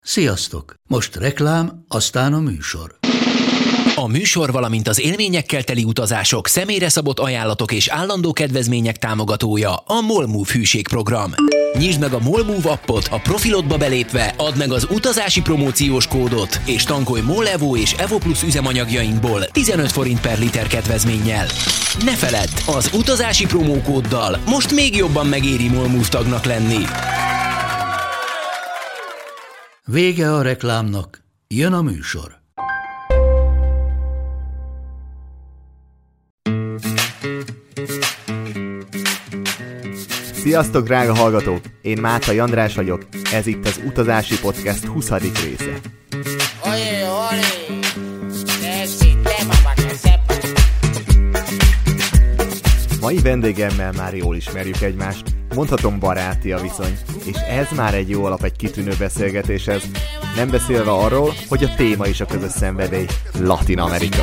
Sziasztok! Most reklám, aztán a műsor. A műsor, valamint az élményekkel teli utazások, személyre szabott ajánlatok és állandó kedvezmények támogatója a MOL Move hűségprogram. Nyisd meg a MOL Move appot, a profilodba belépve add meg az utazási promóciós kódot, és tankolj MOL Evo és Evo Plus üzemanyagjainkból 15 forint per liter kedvezménnyel. Ne feledd, az utazási promókóddal most még jobban megéri MOL Move tagnak lenni. Vége a reklámnak, jön a műsor. Sziasztok, drága hallgatók! Én Mátai András vagyok, ez itt az Utazási Podcast 20. része. Mai vendégemmel már jól ismerjük egymást, mondhatom baráti a viszony, és ez már egy jó alap egy kitűnő beszélgetéshez, nem beszélve arról, hogy a téma is a közös szenvedély, Latin Amerika.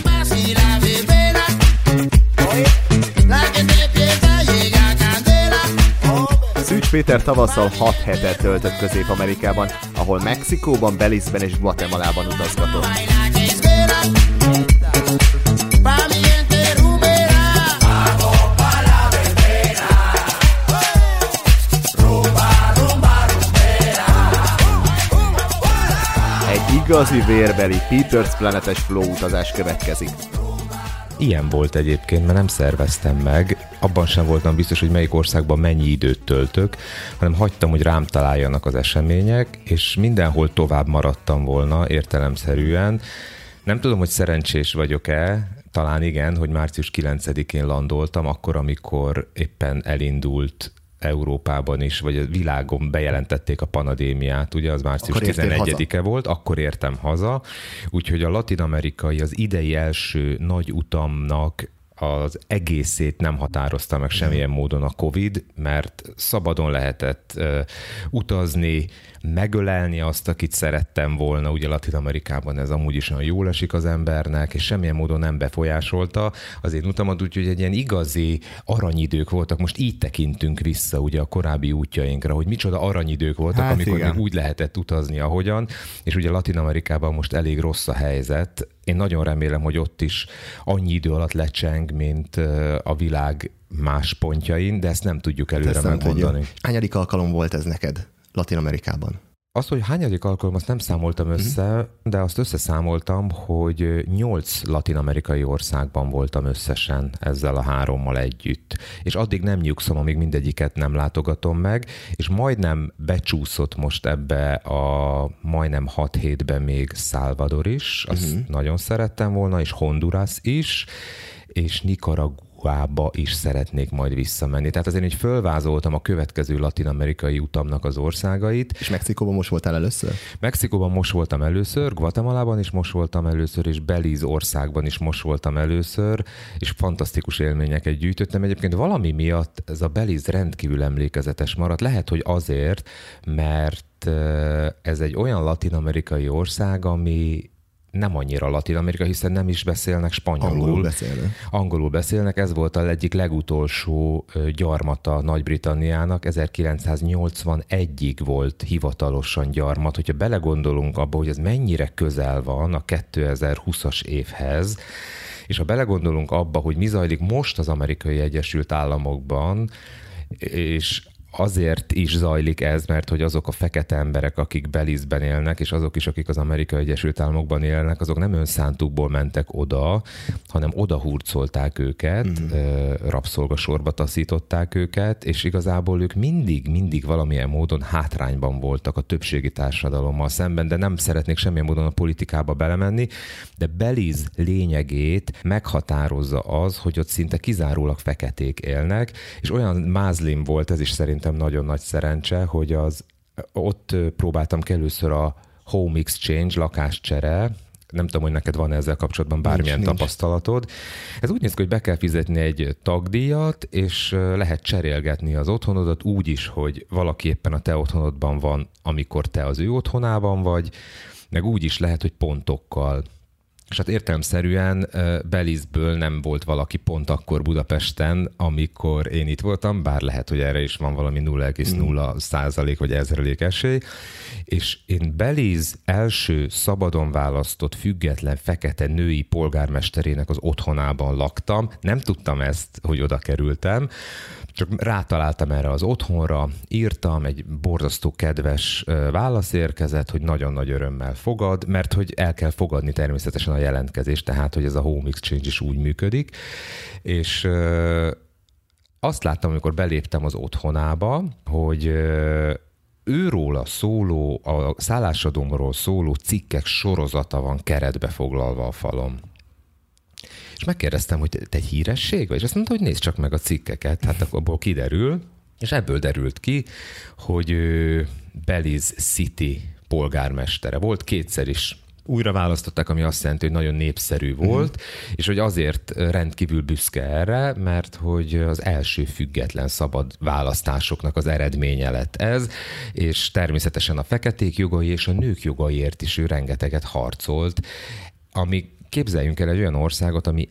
Szűcs Péter tavasszal 6 hetet töltött Közép-Amerikában, ahol Mexikóban, Belize-ben és Guatemalában utazgatott. Egy igazi vérbeli Peter's Planet-es flow utazás következik. Ilyen volt egyébként, mert nem szerveztem meg, abban sem voltam biztos, hogy melyik országban mennyi időt töltök, hanem hagytam, hogy rám találjanak az események, és mindenhol tovább maradtam volna értelemszerűen. Nem tudom, hogy szerencsés vagyok-e, talán igen, hogy március 9-én landoltam, akkor, amikor éppen elindult Európában is, vagy a világon bejelentették a pandémiát, ugye az március 11-e volt, akkor értem haza, úgyhogy a latin-amerikai, az idei első nagy utamnak az egészét nem határozta meg semmilyen módon a Covid, mert szabadon lehetett utazni, megölelni azt, akit szerettem volna, ugye Latin-Amerikában ez amúgy is olyan jól esik az embernek, és semmilyen módon nem befolyásolta az én utamat, úgyhogy egy ilyen igazi aranyidők voltak. Most így tekintünk vissza ugye a korábbi útjainkra, hogy micsoda aranyidők voltak, amikor még úgy lehetett utazni, ahogyan, és ugye Latin-Amerikában most elég rossz a helyzet. Én nagyon remélem, hogy ott is annyi idő alatt lecseng, mint a világ más pontjain, de ezt nem tudjuk előre megmondani. Hányadik alkalom volt ez neked Latin-Amerikában? Azt, hogy hányadik alkalom, azt nem számoltam össze, de azt összeszámoltam, hogy 8 latin-amerikai országban voltam összesen ezzel a 3-mal együtt. És addig nem nyugszom, amíg mindegyiket nem látogatom meg, és majdnem becsúszott most ebbe a majdnem 6 hétben még Salvador is, azt nagyon szerettem volna, és Honduras is, és Nicaragua is szeretnék majd visszamenni. Tehát azért így fölvázoltam a következő latin-amerikai utamnak az országait. És Mexikóban most voltál először? Mexikóban most voltam először, Guatemalában is most voltam először, és Belize országban is most voltam először, és fantasztikus élményeket gyűjtöttem. Egyébként valami miatt ez a Belize rendkívül emlékezetes maradt. Lehet, hogy azért, mert ez egy olyan latin-amerikai ország, ami nem annyira Latin-Amerika, hiszen nem is beszélnek spanyolul. Angolul beszélnek. Ez volt az egyik legutolsó gyarmata Nagy-Britanniának. 1981-ig volt hivatalosan gyarmat. Hogyha belegondolunk abba, hogy ez mennyire közel van a 2020-as évhez, és ha belegondolunk abba, hogy mi zajlik most az Amerikai Egyesült Államokban, és azért is zajlik ez, mert hogy azok a fekete emberek, akik Belize-ben élnek, és azok is, akik az Amerikai Egyesült Államokban élnek, azok nem önszántukból mentek oda, hanem oda hurcolták őket, rabszolgasorba taszították őket, és igazából ők mindig valamilyen módon hátrányban voltak a többségi társadalommal szemben, de nem szeretnék semmilyen módon a politikába belemenni, de Belize lényegét meghatározza az, hogy ott szinte kizárólag feketék élnek, és olyan mázlim volt, ez is szerintem nagyon nagy szerencse, hogy ott próbáltam ki először a home exchange, lakáscsere, nem tudom, hogy neked van ezzel kapcsolatban bármilyen tapasztalatod. Ez úgy néz ki, hogy be kell fizetni egy tagdíjat, és lehet cserélgetni az otthonodat úgy is, hogy valaki éppen a te otthonodban van, amikor te az ő otthonában vagy, meg úgy is lehet, hogy pontokkal És hát értelemszerűen Belizből nem volt valaki pont akkor Budapesten, amikor én itt voltam, bár lehet, hogy erre is van valami 0,0% vagy ezrelék esély, és én Belize első szabadon választott független fekete női polgármesterének az otthonában laktam. Nem tudtam ezt, hogy oda kerültem, csak rátaláltam erre az otthonra, írtam, egy borzasztó kedves válasz érkezett, hogy nagyon nagy örömmel fogad, mert hogy el kell fogadni természetesen a jelentkezést, tehát hogy ez a Home Exchange is úgy működik. És azt láttam, amikor beléptem az otthonába, hogy őróla szóló, a szállásadomról szóló cikkek sorozata van keretbe foglalva a falon. És megkérdeztem, hogy te egy híresség vagy? És azt mondta, hogy nézd csak meg a cikkeket. Hát akkor abból kiderül, és ebből derült ki, hogy Belize City polgármestere volt, kétszer is újra választották, ami azt jelenti, hogy nagyon népszerű volt, és hogy azért rendkívül büszke erre, mert hogy az első független szabad választásoknak az eredménye lett ez, és természetesen a feketék jogai és a nők jogaiért is ő rengeteget harcolt, ami képzeljünk el egy olyan országot, ami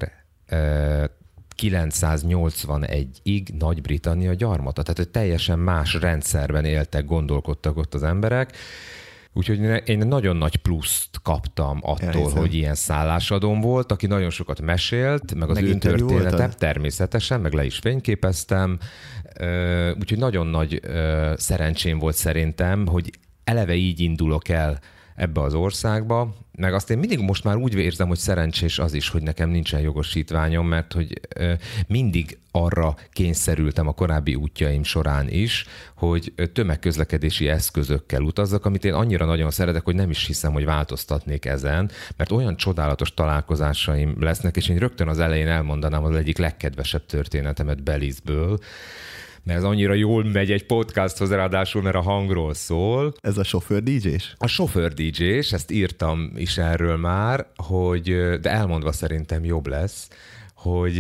1981-ig Nagy-Britannia gyarmata. Tehát egy teljesen más rendszerben éltek, gondolkodtak ott az emberek. Úgyhogy én nagyon nagy pluszt kaptam attól, hogy ilyen szállásadóm volt, aki nagyon sokat mesélt, meg az ő története, természetesen, meg le is fényképeztem. Úgyhogy nagyon nagy szerencsém volt szerintem, hogy eleve így indulok el ebbe az országba, meg azt én mindig most már úgy érzem, hogy szerencsés az is, hogy nekem nincsen jogosítványom, mert hogy mindig arra kényszerültem a korábbi útjaim során is, hogy tömegközlekedési eszközökkel utazzak, amit én annyira nagyon szeretek, hogy nem is hiszem, hogy változtatnék ezen, mert olyan csodálatos találkozásaim lesznek, és én rögtön az elején elmondanám az egyik legkedvesebb történetemet Belizből, mert ez annyira jól megy egy podcasthoz, ráadásul, mert a hangról szól. Ez a sofőr DJ-s? A sofőr DJ-s, ezt írtam is erről már, hogy, de elmondva szerintem jobb lesz, hogy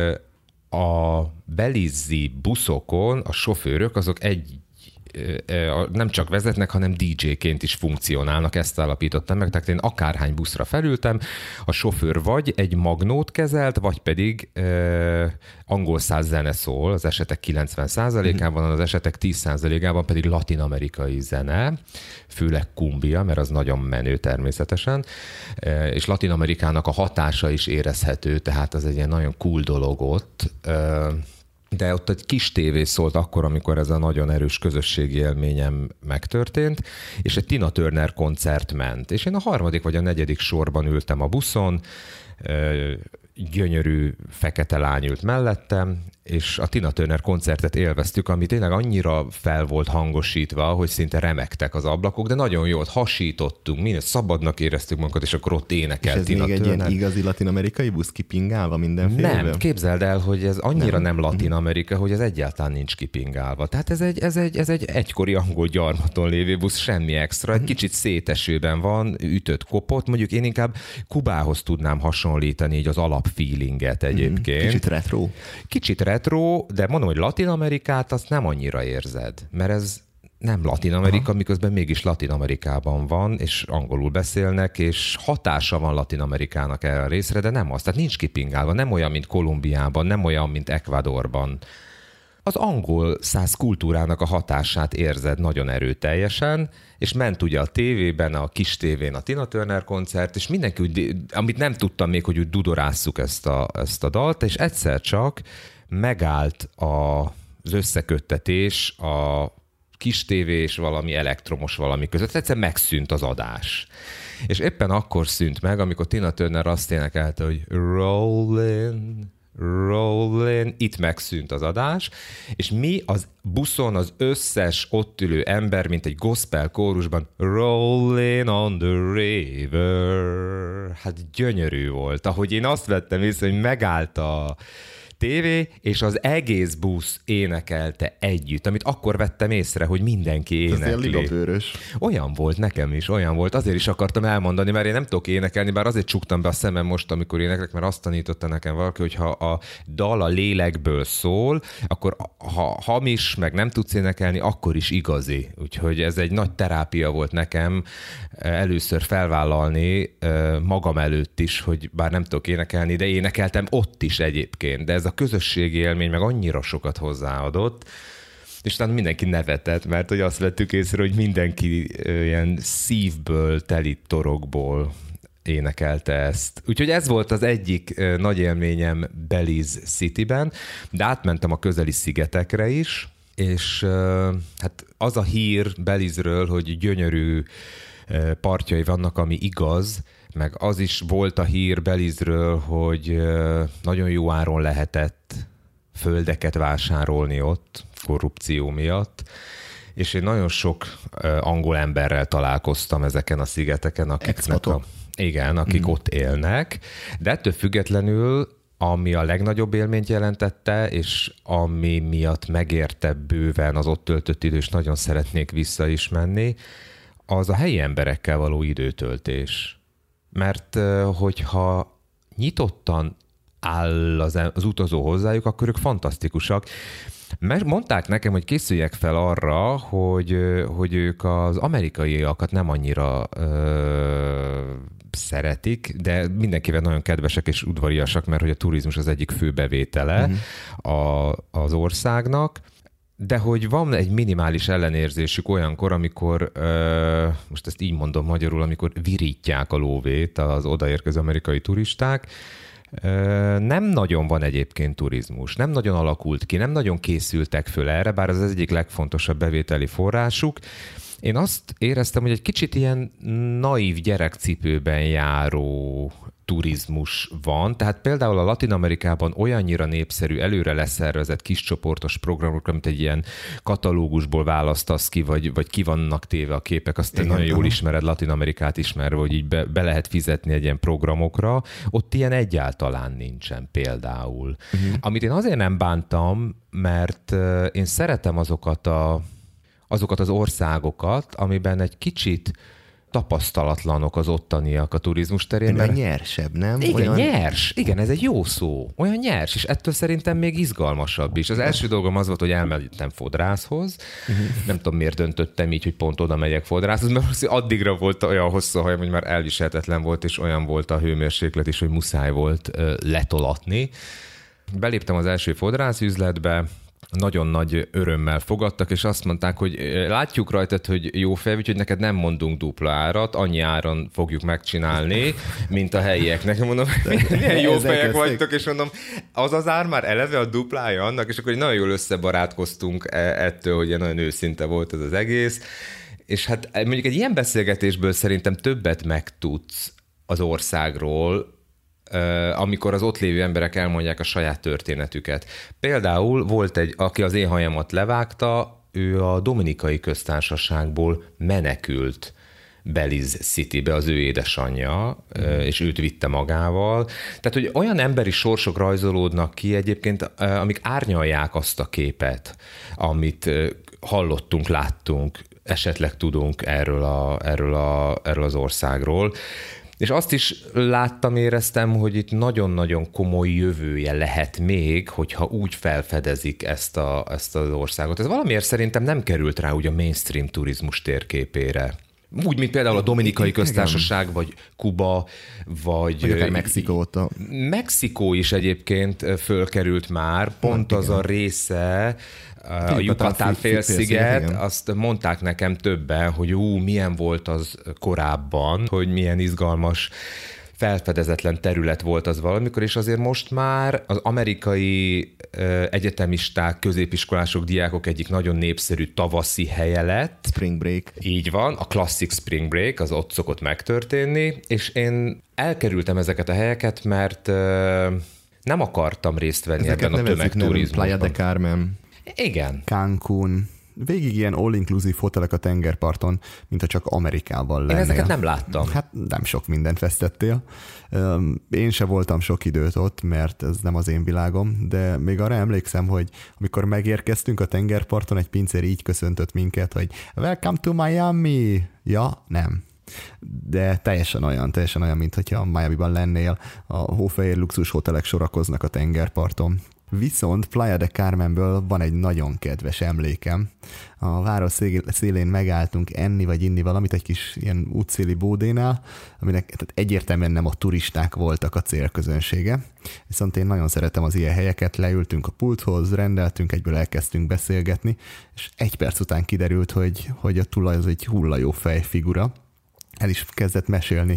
a belizi buszokon a sofőrök azok nem csak vezetnek, hanem DJ-ként is funkcionálnak, ezt állapítottam meg, tehát én akárhány buszra felültem, a sofőr vagy egy magnót kezelt, vagy pedig angol száz zene szól, az esetek 90%-ában, az esetek 10%-ában pedig latin-amerikai zene, főleg cumbia, mert az nagyon menő természetesen, és Latin-Amerikának a hatása is érezhető, tehát az egy ilyen nagyon cool dolog ott. De ott egy kis tévé szólt akkor, amikor ez a nagyon erős közösségi élményem megtörtént, és egy Tina Turner koncert ment. És én a harmadik vagy a negyedik sorban ültem a buszon, gyönyörű fekete lány ült mellettem, és a Tina Turner koncertet élveztük, ami tényleg annyira fel volt hangosítva, hogy szinte remegtek az ablakok, de nagyon jót hasítottunk, mindent szabadnak éreztük magunkat, és akkor ott énekelt Tina Turner. És ez még egy ilyen igazi latin-amerikai busz kipingálva mindenféle? Nem, képzeld el, hogy ez annyira nem Latin-Amerika, hogy ez egyáltalán nincs kipingálva. Tehát ez egy egykori angol gyarmaton lévő busz, semmi extra, egy kicsit szétesőben van, ütött, kopott, mondjuk én inkább Kubához tudnám hasonlítani így az alapfeelinget egyébként. Kicsit retro. Kicsit retro, de mondom, hogy Latin-Amerikát azt nem annyira érzed, mert ez nem Latin-Amerika, miközben mégis Latin-Amerikában van, és angolul beszélnek, és hatása van Latin-Amerikának erre a részre, de nem az. Tehát nincs kipingálva, nem olyan, mint Kolumbiában, nem olyan, mint Ecuadorban. Az angol száz kultúrának a hatását érzed nagyon erőteljesen, és ment ugye a tévében, a kis tévén a Tina Turner koncert, és mindenki úgy, amit nem tudtam még, hogy úgy dudorásszuk ezt a dalt, és egyszer csak megállt az összeköttetés a kis tévé és valami elektromos valami között. Egyszerűen megszűnt az adás. És éppen akkor szűnt meg, amikor Tina Turner azt énekelte, hogy Rollin', itt megszűnt az adás, és mi az buszon az összes ott ülő ember, mint egy gospel kórusban Rolling on the river. Hát gyönyörű volt. Ahogy én azt vettem észre, hogy megállt a tévé, és az egész busz énekelte együtt, amit akkor vettem észre, hogy mindenki énekli. Ez ilyen ligabőrös. Olyan volt nekem is, olyan volt. Azért is akartam elmondani, mert én nem tudok énekelni, bár azért csuktam be a szemem most, amikor éneklek, mert azt tanította nekem valaki, hogy ha a dal a lélekből szól, akkor ha hamis, meg nem tudsz énekelni, akkor is igazi. Úgyhogy ez egy nagy terápia volt nekem először felvállalni magam előtt is, hogy bár nem tudok énekelni, de énekeltem ott is egyébként. De ez a közösségi élmény meg annyira sokat hozzáadott, és talán mindenki nevetett, mert hogy azt vettük észre, hogy mindenki ilyen szívből teli torokból énekelte ezt. Úgyhogy ez volt az egyik nagy élményem Belize Cityben, de átmentem a közeli szigetekre is, és hát az a hír Belize-ről, hogy gyönyörű partjai vannak, ami igaz, meg az is volt a hír Belize-ről, hogy nagyon jó áron lehetett földeket vásárolni ott, korrupció miatt, és én nagyon sok angol emberrel találkoztam ezeken a szigeteken, akik ott élnek, de ettől függetlenül, ami a legnagyobb élményt jelentette, és ami miatt megérte bőven az ott töltött idő, és nagyon szeretnék vissza is menni, az a helyi emberekkel való időtöltés. Mert hogyha nyitottan áll az utazó hozzájuk, akkor ők fantasztikusak. Mondták nekem, hogy készüljek fel arra, hogy ők az amerikaiakat nem annyira szeretik, de mindenkivel nagyon kedvesek és udvariasak, mert hogy a turizmus az egyik fő bevétele az országnak, de hogy van egy minimális ellenérzésük olyankor, amikor, most ezt így mondom magyarul, amikor virítják a lóvét az odaérkező amerikai turisták. Nem nagyon van egyébként turizmus, nem nagyon alakult ki, nem nagyon készültek föl erre, bár az egyik legfontosabb bevételi forrásuk. Én azt éreztem, hogy egy kicsit ilyen naív gyerekcipőben járó turizmus van, tehát például a Latin-Amerikában olyannyira népszerű, előre leszervezett kiscsoportos programok, mint egy ilyen katalógusból választasz ki, vagy ki vannak téve a képek, azt te nagyon jól ismered, Latin-Amerikát ismerve, hogy így be lehet fizetni egy ilyen programokra, ott ilyen egyáltalán nincsen például. Amit én azért nem bántam, mert én szeretem azokat az országokat, amiben egy kicsit tapasztalatlanok az ottaniak a turizmus terén. Mert nyersebb, nem? Igen, nyers. Igen, ez egy jó szó. Olyan nyers, és ettől szerintem még izgalmasabb is. Az első dolgom az volt, hogy elmentem fodrászhoz. Nem tudom, miért döntöttem így, hogy pont oda megyek fodrászhoz, mert addigra volt olyan hosszú hajam, hogy már elviselhetetlen volt, és olyan volt a hőmérséklet is, hogy muszáj volt letolatni. Beléptem az első fodrászüzletbe, nagyon nagy örömmel fogadtak, és azt mondták, hogy látjuk rajtad, hogy jó fej, úgyhogy neked nem mondunk dupla árat, annyi áron fogjuk megcsinálni, mint a helyieknek. Mondom, milyen jó fejek vagytok, és mondom, az ár már eleve a duplája annak, és akkor nagyon jól összebarátkoztunk ettől, hogy nagyon őszinte volt ez az egész. És hát mondjuk egy ilyen beszélgetésből szerintem többet megtudsz az országról, amikor az ott lévő emberek elmondják a saját történetüket. Például volt egy, aki az én hajamat levágta, ő a Dominikai Köztársaságból menekült Belize Citybe, az ő édesanyja, és őt vitte magával. Tehát, hogy olyan emberi sorsok rajzolódnak ki egyébként, amik árnyalják azt a képet, amit hallottunk, láttunk, esetleg tudunk erről az országról. És azt is láttam, éreztem, hogy itt nagyon-nagyon komoly jövője lehet még, hogyha úgy felfedezik ezt az országot. Ez valamiért szerintem nem került rá úgy a mainstream turizmus térképére. Úgy, mint például a Dominikai Köztársaság, vagy Kuba, vagy akár Mexikó óta. Mexikó is egyébként fölkerült már, pont az a része, a Yucatán félsziget, azt mondták nekem többen, hogy milyen volt az korábban, hogy milyen izgalmas, felfedezetlen terület volt az valamikor, és azért most már az amerikai egyetemisták, középiskolások, diákok egyik nagyon népszerű tavaszi helye lett. Spring Break. Így van, a Classic Spring Break, az ott szokott megtörténni, és én elkerültem ezeket a helyeket, mert nem akartam részt venni ebben a tömegturizmusban. Playa de Carmen. Igen. Cancún. végig ilyen all-inclusive hotelek a tengerparton, mint ha csak Amerikában lennél. Én ezeket nem láttam. Hát nem sok mindent vesztettél. Én se voltam sok időt ott, mert ez nem az én világom, de még arra emlékszem, hogy amikor megérkeztünk a tengerparton, egy pincér így köszöntött minket, hogy Welcome to Miami! Ja, nem. De teljesen olyan, mint hogyha Miami-ban lennél, a hófehér luxus hotelek sorakoznak a tengerparton. Viszont Playa de Carmenből van egy nagyon kedves emlékem. A város szélén megálltunk enni vagy inni valamit egy kis ilyen útszéli bódénál, aminek tehát egyértelműen nem a turisták voltak a célközönsége. Viszont én nagyon szeretem az ilyen helyeket, leültünk a pulthoz, rendeltünk, egyből elkezdtünk beszélgetni, és 1 perc után kiderült, hogy a tulaj az egy hullajó fejfigura. El is kezdett mesélni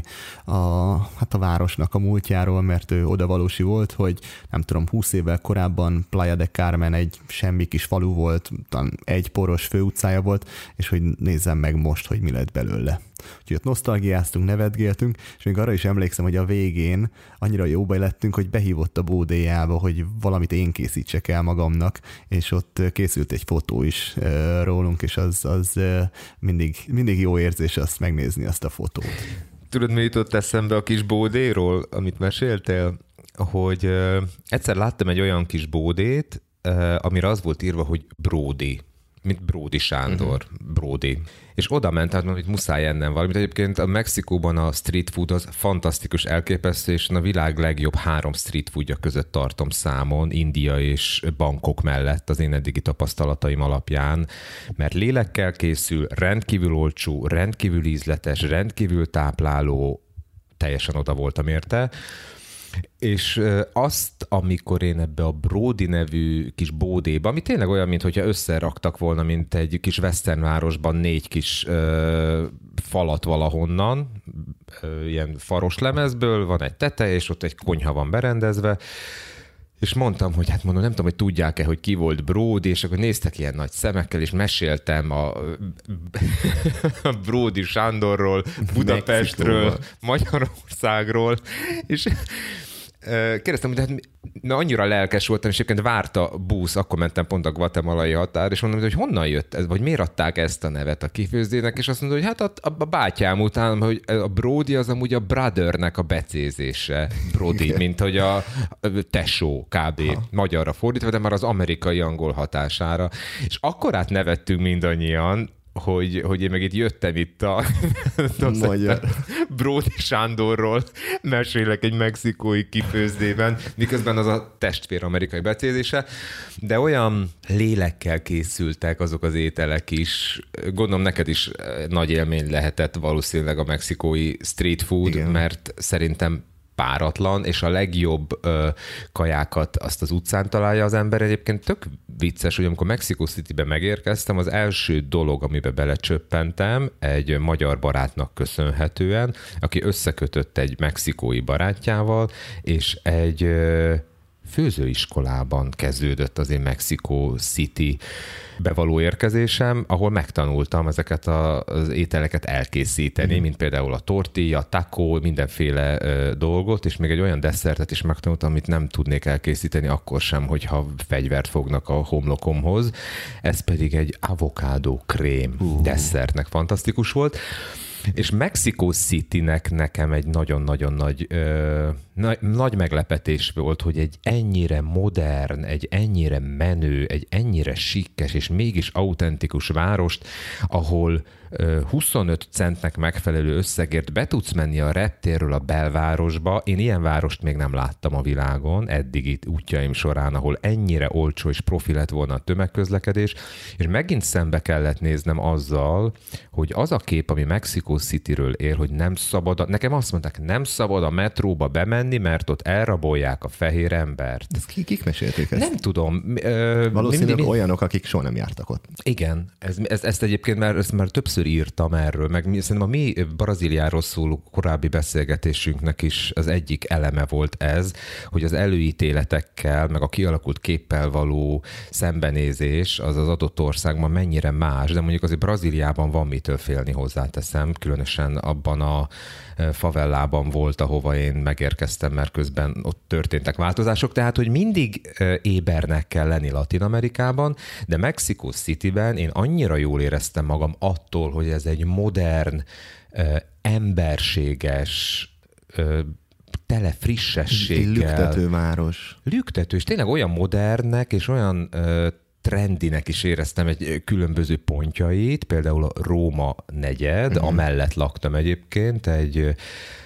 a városnak a múltjáról, mert ő odavalósi volt, hogy nem tudom, 20 évvel korábban Playa de Carmen egy semmi kis falu volt, talán egy poros főutcája volt, és hogy nézzem meg most, hogy mi lett belőle. Úgyhogy ott nosztalgiáztunk, nevetgéltünk, és még arra is emlékszem, hogy a végén annyira jóba lettünk, hogy behívott a bódéjába, hogy valamit én készítsek el magamnak, és ott készült egy fotó is rólunk, és az mindig jó érzés azt megnézni, azt a fotót. Tudod, mi jutott eszembe a kis bódéról, amit meséltél? Hogy egyszer láttam egy olyan kis bódét, amire az volt írva, hogy Brody, mint Bródi Sándor, Brody. És oda ment, tehát hogy muszáj ennem valamit. Egyébként a Mexikóban a street food az fantasztikus, elképesztő, és a világ legjobb 3 street foodja között tartom számon, India és Bangkok mellett az én eddigi tapasztalataim alapján, mert lélekkel készül, rendkívül olcsó, rendkívül ízletes, rendkívül tápláló, teljesen oda voltam érte. És azt, amikor én ebbe a Brody nevű kis bódéba, ami tényleg olyan, mintha összeraktak volna, mint egy kis westernvárosban 4 kis falat valahonnan, ilyen faros lemezből, van egy teteje, és ott egy konyha van berendezve, és mondtam, hogy hát mondom, nem tudom, hogy tudják-e, hogy ki volt Brody, és akkor néztek ilyen nagy szemekkel, és meséltem a Bródi Sándorról, Budapestről, Magyarországról, és kérdeztem, hogy hát, annyira lelkes voltam, és egyébként várta busz, akkor mentem pont a guatemalai határ, és mondom, hogy honnan jött ez, vagy miért adták ezt a nevet a kifőzdének, és azt mondta, hogy hát a bátyám után, hogy a Brody az amúgy a brothernek a becézése, Brody, mint hogy a tesó kb. Magyarra fordítva, de már az amerikai angol hatására. És akkor nevettünk mindannyian, hogy én meg itt jöttem itt a Bródi Sándorról mesélek egy mexikói kifőzdében, miközben az a testvér amerikai becézése, de olyan lélekkel készültek azok az ételek is. Gondolom neked is nagy élmény lehetett valószínűleg a mexikói street food, igen, mert szerintem páratlan, és a legjobb kajákat azt az utcán találja az ember. Egyébként tök vicces, hogy amikor Mexico Citybe megérkeztem, az első dolog, amiben belecsöppentem, egy magyar barátnak köszönhetően, aki összekötött egy mexikói barátjával, és egy főzőiskolában kezdődött az én Mexico City bevaló érkezésem, ahol megtanultam ezeket az ételeket elkészíteni, mint például a tortilla, a taco, mindenféle dolgot, és még egy olyan desszertet is megtanultam, amit nem tudnék elkészíteni akkor sem, hogyha fegyvert fognak a homlokomhoz. Ez pedig egy avokádó krém desszertnek fantasztikus volt. És Mexico Citynek nekem egy nagyon-nagyon nagy meglepetés volt, hogy egy ennyire modern, egy ennyire menő, egy ennyire sikkes és mégis autentikus várost, ahol 25 centnek megfelelő összegért be tudsz menni a reptérről a belvárosba. Én ilyen várost még nem láttam a világon eddigi útjaim során, ahol ennyire olcsó és profi lett volna a tömegközlekedés, és megint szembe kellett néznem azzal, hogy az a kép, ami Mexico Cityről él, hogy nem szabad, nekem azt mondták, nem szabad a metróba bemenni, mert ott elrabolják a fehér embert. Ezt kik mesélték ezt? Nem tudom. Valószínűleg olyanok, akik soha nem jártak ott. Igen, ezt egyébként ezt már többször többször írtam erről, meg szerintem a mi Brazíliáról szóló korábbi beszélgetésünknek is az egyik eleme volt ez, hogy az előítéletekkel, meg a kialakult képpel való szembenézés az adott országban mennyire más, de mondjuk azért Brazíliában van mitől félni, hozzáteszem, különösen abban a favellában volt, ahova én megérkeztem, mert közben ott történtek változások, tehát, hogy mindig ébernek kell lenni Latin-Amerikában, de Mexico Cityben én annyira jól éreztem magam attól, hogy ez egy modern, emberséges, tele frissességgel. Lüktető város. Lüktető, és tényleg olyan modernnek, és olyan trendinek is éreztem egy különböző pontjait, például a Róma negyed, amellett laktam egyébként, egy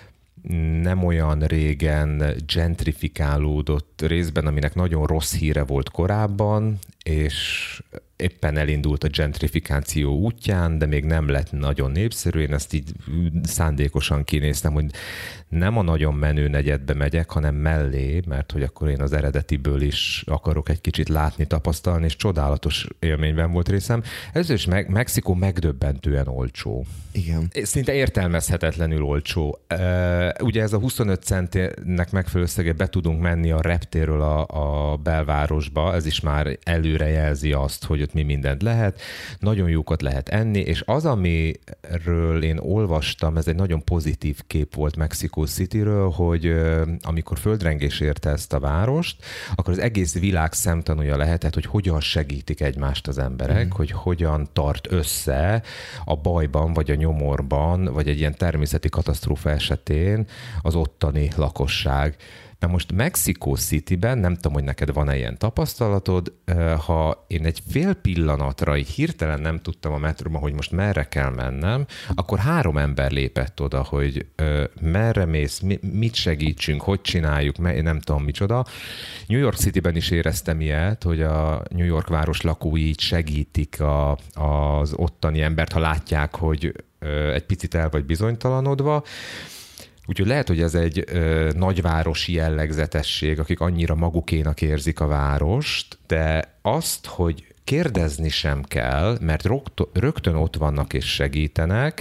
nem olyan régen gentrifikálódott részben, aminek nagyon rossz híre volt korábban, és éppen elindult a gentrifikáció útján, de még nem lett nagyon népszerű. Én ezt így szándékosan kinéztem, hogy nem a nagyon menő negyedbe megyek, hanem mellé, mert hogy akkor én az eredetiből is akarok egy kicsit látni, tapasztalni, és csodálatos élményben volt részem. Először is Mexikó megdöbbentően olcsó. Igen. Szinte értelmezhetetlenül olcsó. Ugye ez a 25 centnek megfelelő összege be tudunk menni a reptérről a belvárosba, ez is már előrejelzi azt, hogy ott mi mindent lehet, nagyon jókat lehet enni, és az, amiről én olvastam, ez egy nagyon pozitív kép volt Mexico Cityről, hogy amikor földrengés érte ezt a várost, akkor az egész világ szemtanúja lehetett, hogy hogyan segítik egymást az emberek, hogy hogyan tart össze a bajban, vagy a nyomorban, vagy egy ilyen természeti katasztrófa esetén az ottani lakosság. Na most Mexico Cityben, nem tudom, hogy neked van-e ilyen tapasztalatod, ha én egy fél pillanatra így hirtelen nem tudtam a metróban, hogy most merre kell mennem, akkor 3 ember lépett oda, hogy merre mész, mit segítsünk, hogy csináljuk, nem tudom micsoda. New York Cityben is éreztem ilyet, hogy a New York város lakói így segítik az ottani embert, ha látják, hogy egy picit el vagy bizonytalanodva. Úgyhogy lehet, hogy ez egy nagyvárosi jellegzetesség, akik annyira magukénak érzik a várost, de azt, hogy kérdezni sem kell, mert rögtön ott vannak és segítenek,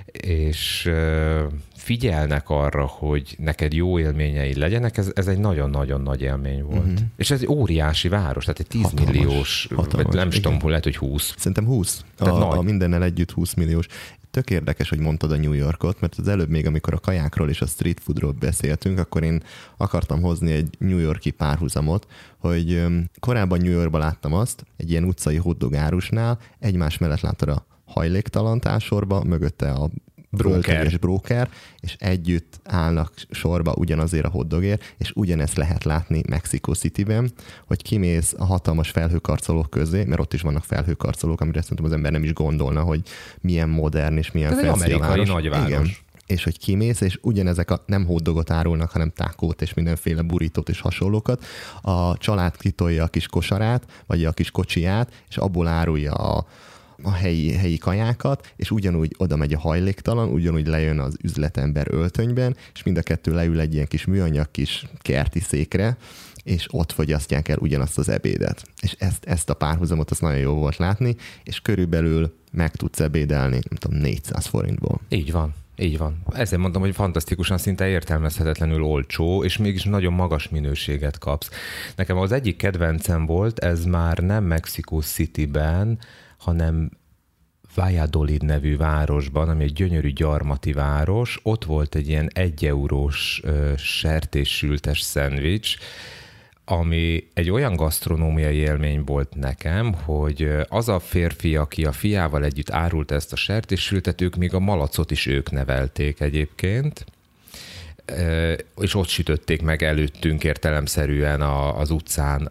és figyelnek arra, hogy neked jó élményeid legyenek, ez egy nagyon-nagyon nagy élmény volt. És ez egy óriási város, tehát egy 10 milliós, vagy nem tudom, lehet, hogy 20. Szerintem 20. A mindennel együtt 20 milliós. Tök érdekes, hogy mondtad a New Yorkot, mert az előbb még, amikor a kajákról és a street foodról beszéltünk, akkor én akartam hozni egy New York-i párhuzamot, hogy korábban New Yorkban láttam azt, egy ilyen utcai hotdog-árusnál, egymás mellett láttad a hajléktalan társorba, mögötte a broker, és együtt állnak sorba ugyanazért a hotdogért, és ugyanezt lehet látni Mexico Cityben, hogy kimész a hatalmas felhőkarcolók közé, mert ott is vannak felhőkarcolók, amire szerintem az ember nem is gondolna, hogy milyen modern és milyen fancy a város. Ez egy amerikai nagyváros. Igen. És hogy kimész, és ugyanezek nem hotdogot árulnak, hanem tákót és mindenféle burítót és hasonlókat. A család kitolja a kis kosarát, vagy a kis kocsiját, és abból árulja a helyi kajákat, és ugyanúgy oda megy a hajléktalan, ugyanúgy lejön az üzletember öltönyben, és mind a kettő leül egy ilyen kis műanyag kis kerti székre, és ott fogyasztják el ugyanazt az ebédet. És ezt a párhuzamot azt nagyon jó volt látni, és körülbelül meg tudsz ebédelni, nem tudom, 400 forintból. Így van. Így van. Ezért mondtam, hogy fantasztikusan, szinte értelmezhetetlenül olcsó, és mégis nagyon magas minőséget kapsz. Nekem az egyik kedvencem volt, ez már nem Mexico Cityben, hanem Valladolid nevű városban, ami egy gyönyörű gyarmati város. Ott volt egy ilyen 1 eurós sertéssültes szendvics, ami egy olyan gasztronómiai élmény volt nekem, hogy az a férfi, aki a fiával együtt árulta ezt a sertéssültet, ők még a malacot is ők nevelték egyébként, és ott sütötték meg előttünk értelemszerűen az utcán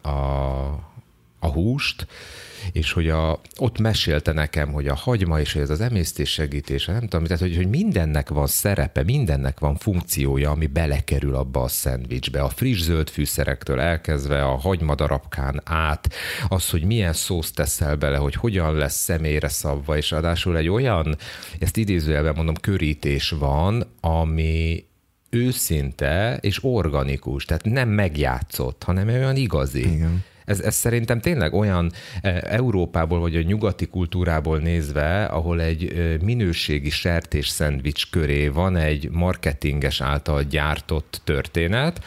a húst, és hogy ott mesélte nekem, hogy a hagyma és ez az emésztés segítése, nem tudom, tehát hogy mindennek van szerepe, mindennek van funkciója, ami belekerül abba a szendvicsbe. A friss zöld fűszerektől elkezdve a hagymadarabkán át, az, hogy milyen szószt teszel bele, hogy hogyan lesz személyre szabva, és ráadásul egy olyan, ezt idézőjelben mondom, körítés van, ami őszinte és organikus, tehát nem megjátszott, hanem olyan igazi. Igen. Ez szerintem tényleg olyan Európából vagy a nyugati kultúrából nézve, ahol egy minőségi sertés szendvics köré van egy marketinges által gyártott történet,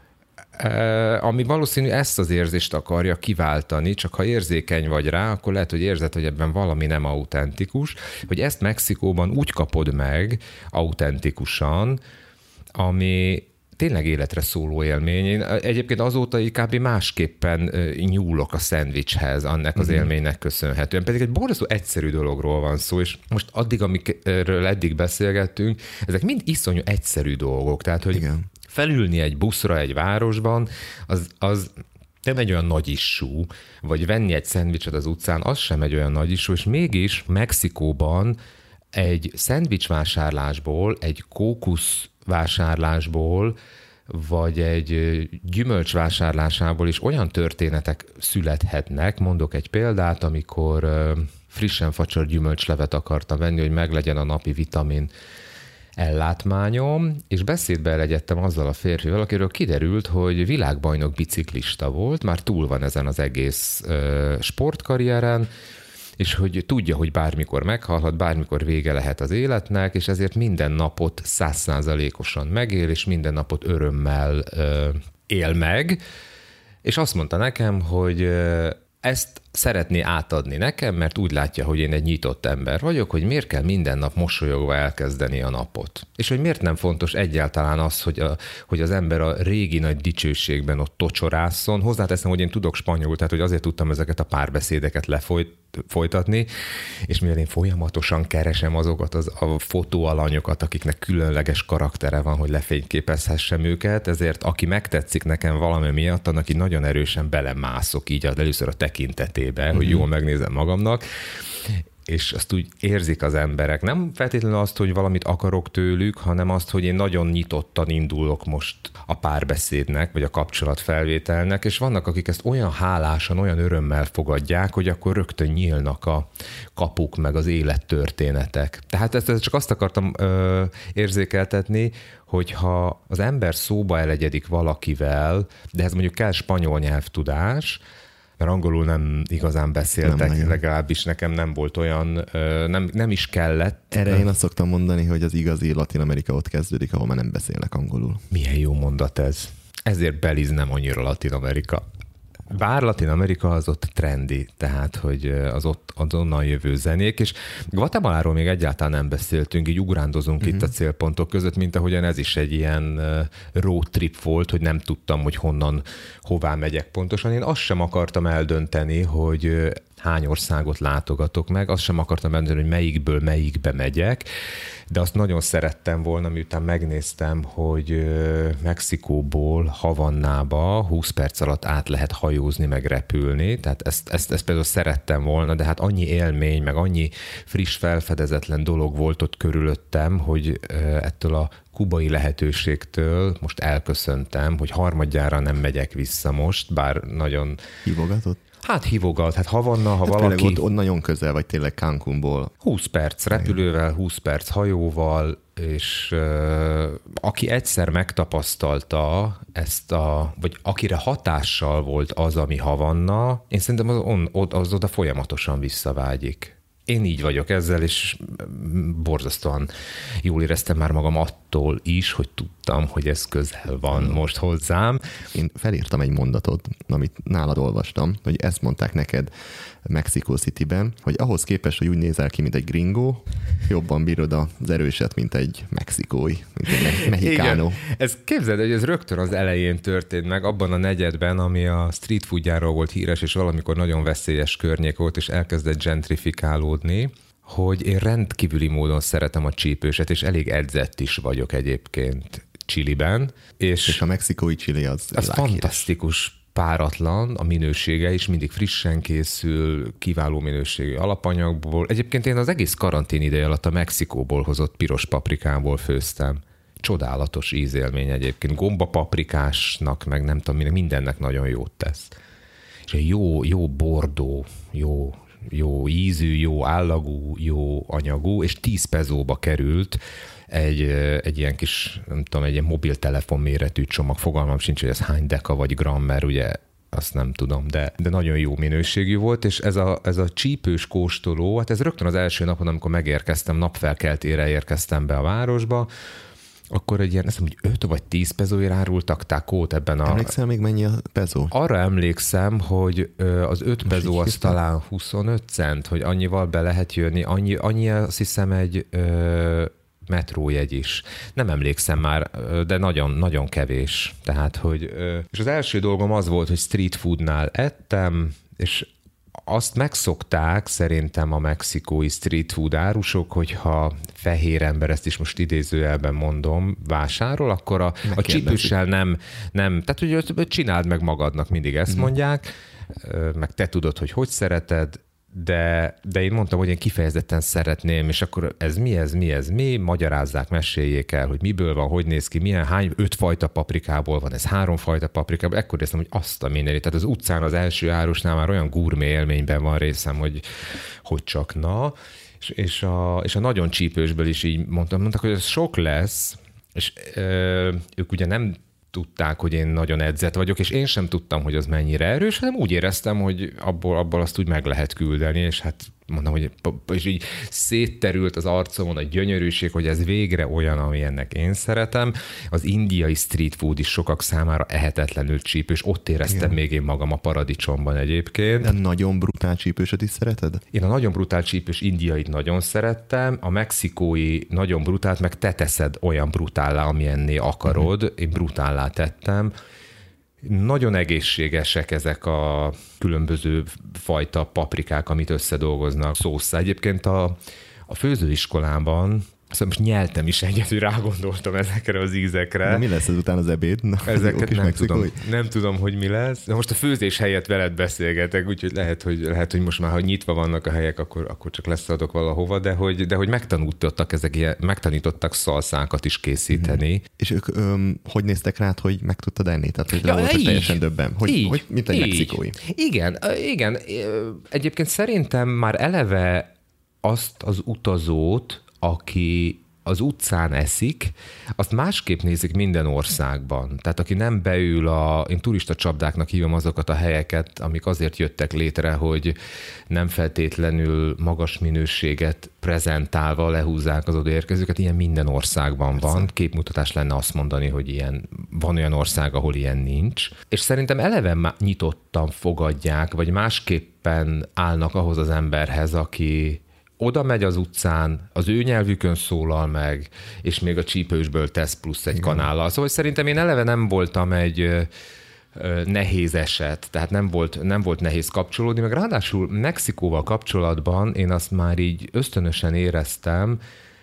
ami valószínű ezt az érzést akarja kiváltani, csak ha érzékeny vagy rá, akkor lehet, hogy érzed, hogy ebben valami nem autentikus, hogy ezt Mexikóban úgy kapod meg autentikusan, ami tényleg életre szóló élmény. Én egyébként azóta kb. Másképpen nyúlok a szendvicshez annak az élménynek köszönhetően. Pedig egy borzasztó egyszerű dologról van szó, és most addig, amikről eddig beszélgettünk, ezek mind iszonyú egyszerű dolgok. Tehát, hogy felülni egy buszra egy városban, az nem egy olyan nagy issú, vagy venni egy szendvicset az utcán, az sem egy olyan nagy issú, és mégis Mexikóban egy szendvicsvásárlásból, egy kókusz vásárlásból, vagy egy gyümölcs vásárlásából is olyan történetek születhetnek. Mondok egy példát, amikor frissen facsart gyümölcslevet akartam venni, hogy meglegyen a napi vitamin ellátmányom, és beszédbe elegyedtem azzal a férfival, akiről kiderült, hogy világbajnok biciklista volt, már túl van ezen az egész sportkarrieren, és hogy tudja, hogy bármikor meghalhat, bármikor vége lehet az életnek, és ezért minden napot 100%-osan megél, és minden napot örömmel él meg. És azt mondta nekem, hogy ezt szeretné átadni nekem, mert úgy látja, hogy én egy nyitott ember vagyok, hogy miért kell minden nap mosolyogva elkezdeni a napot. És hogy miért nem fontos egyáltalán az, hogy az ember a régi nagy dicsőségben ott tocsorásszon. Hozzáteszem, hogy én tudok spanyolul, tehát hogy azért tudtam ezeket a párbeszédeket lefolytatni, és mivel én folyamatosan keresem azokat a fotóalanyokat, akiknek különleges karaktere van, hogy lefényképezhessem őket, ezért aki megtetszik nekem valami miatt, annak így nagyon erősen belemászok így először a tekintetébe, hogy jól megnézem magamnak, és azt úgy érzik az emberek. Nem feltétlenül azt, hogy valamit akarok tőlük, hanem azt, hogy én nagyon nyitottan indulok most a párbeszédnek, vagy a kapcsolatfelvételnek, és vannak, akik ezt olyan hálásan, olyan örömmel fogadják, hogy akkor rögtön nyílnak a kapuk, meg az élettörténetek. Tehát ezt csak azt akartam érzékeltetni, hogyha az ember szóba elegyedik valakivel, de ez mondjuk kell spanyol nyelvtudás, mert angolul nem igazán beszéltek, legalábbis nekem nem volt olyan, nem is kellett. Erre én azt szoktam mondani, hogy az igazi Latin Amerika ott kezdődik, ahol már nem beszélnek angolul. Milyen jó mondat ez. Ezért Belize nem annyira Latin Amerika. Bár Latin Amerika az ott trendi, tehát hogy az ott onnan jövő zenék, és Guatemaláról még egyáltalán nem beszéltünk, így ugrándozunk itt a célpontok között, mint ahogyan ez is egy ilyen road trip volt, hogy nem tudtam, hogy honnan, hová megyek pontosan. Én azt sem akartam eldönteni, hogy hány országot látogatok meg, azt sem akartam eldönteni, hogy melyikből melyikbe megyek, de azt nagyon szerettem volna, miután megnéztem, hogy Mexikóból Havannába 20 perc alatt át lehet hajózni, meg repülni, tehát ezt például szerettem volna, de hát annyi élmény, meg annyi friss, felfedezetlen dolog volt ott körülöttem, hogy ettől a kubai lehetőségtől most elköszöntem, hogy harmadjára nem megyek vissza most, bár nagyon... Hívogatott? Hát hívogat, hát Havanna, ha valaki... Ott nagyon közel vagy tényleg Cancúnból. 20 perc repülővel, 20 perc hajóval, és aki egyszer megtapasztalta ezt vagy akire hatással volt az, ami Havanna, én szerintem az oda folyamatosan visszavágyik. Én így vagyok ezzel, és borzasztóan jól éreztem már magam attól is, hogy tudtam, hogy ez közel van most hozzám. Én felírtam egy mondatot, amit nálad olvastam, hogy ezt mondták neked Mexico Cityben, hogy ahhoz képest, hogy úgy nézel ki, mint egy gringó, jobban bírod az erőset, mint egy mexikói, mint egy mexikánó. Igen. Ez képzeld, hogy ez rögtön az elején történt meg, abban a negyedben, ami a street foodjáról volt híres, és valamikor nagyon veszélyes környék volt, és elkezdett gentrifikálódni, hogy én rendkívüli módon szeretem a csípőset, és elég edzett is vagyok egyébként Chiliben. És a mexikói chili az fantasztikus, páratlan, a minősége is mindig frissen készül, kiváló minőségű alapanyagból. Egyébként én az egész karantén ideje alatt a Mexikóból hozott piros paprikából főztem. Csodálatos ízélmény egyébként. Gombapaprikásnak, meg nem tudom, mindennek nagyon jót tesz. És egy jó bordó, jó ízű, jó állagú, jó anyagú, és 10 pezóba került egy ilyen kis, nem tudom, egy ilyen mobiltelefon méretű csomag. Fogalmam sincs, hogy ez hány deka vagy gram, mert ugye azt nem tudom, de nagyon jó minőségű volt, és ez a csípős kóstoló, hát ez rögtön az első napon, amikor megérkeztem, napfelkeltére érkeztem be a városba, akkor egy ilyen, azt hiszem, hogy 5 vagy 10 pezóért árultak takót ebben a... Emlékszel még mennyi a pezó? Arra emlékszem, hogy az 5 pezó az talán 25 cent, hogy annyival be lehet jönni, annyi azt hiszem egy metrójegy is. Nem emlékszem már, de nagyon, nagyon kevés. Tehát, hogy... És az első dolgom az volt, hogy street foodnál ettem, és azt megszokták szerintem a mexikói street food árusok, hogyha fehér ember, ezt is most idézőjelben mondom, vásárol, akkor a csípőssel nem, tehát hogy csináld meg magadnak, mindig ezt mondják, meg te tudod, hogy szereted, de én mondtam, hogy én kifejezetten szeretném, és akkor ez mi, magyarázzák, meséljék el, hogy miből van, hogy néz ki, hány 5 fajta paprikából van, ez 3 fajta paprikából, ekkor éreztem, hogy azt a mindenit. Tehát az utcán az első árusnál már olyan gurmé élményben van részem, hogy csak na, és a nagyon csípősből is így mondtak, hogy ez sok lesz, és ők ugye nem tudták, hogy én nagyon edzett vagyok, és én sem tudtam, hogy az mennyire erős, hanem úgy éreztem, hogy abból azt úgy meg lehet küldeni, és hát mondom, hogy és így szétterült az arcomon a gyönyörűség, hogy ez végre olyan, amilyennek én szeretem. Az indiai street food is sokak számára ehetetlenül csípős, ott éreztem még én magam a paradicsomban egyébként. De nagyon brutál csípősöt is szereted? Én a nagyon brutál csípős indiait nagyon szerettem, a mexikói nagyon brutált, meg te teszed olyan brutállá, amilyenné akarod. Én brutállá tettem. Nagyon egészségesek ezek a különböző fajta paprikák, amit összedolgoznak szószá. Egyébként a főzőiskolában, szóval most nyeltem is egyet, hogy rágondoltam ezekre az ízekre. Na, mi lesz ezután az ebéd? Na, ezeket nem tudom, hogy mi lesz. De most a főzés helyett veled beszélgetek, úgyhogy lehet, hogy most már, ha nyitva vannak a helyek, akkor csak leszaladok valahova, de hogy megtanítottak szalszákat is készíteni. És ők hogy néztek rád, hogy meg tudtad enni? Tehát, hogy voltak teljesen döbben. Hogy mint egy mexikói. Igen. Egyébként szerintem már eleve azt az utazót, aki az utcán eszik, azt másképp nézik minden országban. Tehát aki nem beül én turista csapdáknak hívom azokat a helyeket, amik azért jöttek létre, hogy nem feltétlenül magas minőséget prezentálva lehúzzák az odaérkezőket, ilyen minden országban van. Képmutatás lenne azt mondani, hogy van olyan ország, ahol ilyen nincs. És szerintem eleve nyitottan fogadják, vagy másképpen állnak ahhoz az emberhez, aki oda megy az utcán, az ő nyelvükön szólal meg, és még a csípősből tesz plusz egy kanállal. Szóval szerintem én eleve nem voltam egy nehéz eset, tehát nem volt nehéz kapcsolódni, meg ráadásul Mexikóval kapcsolatban én azt már így ösztönösen éreztem,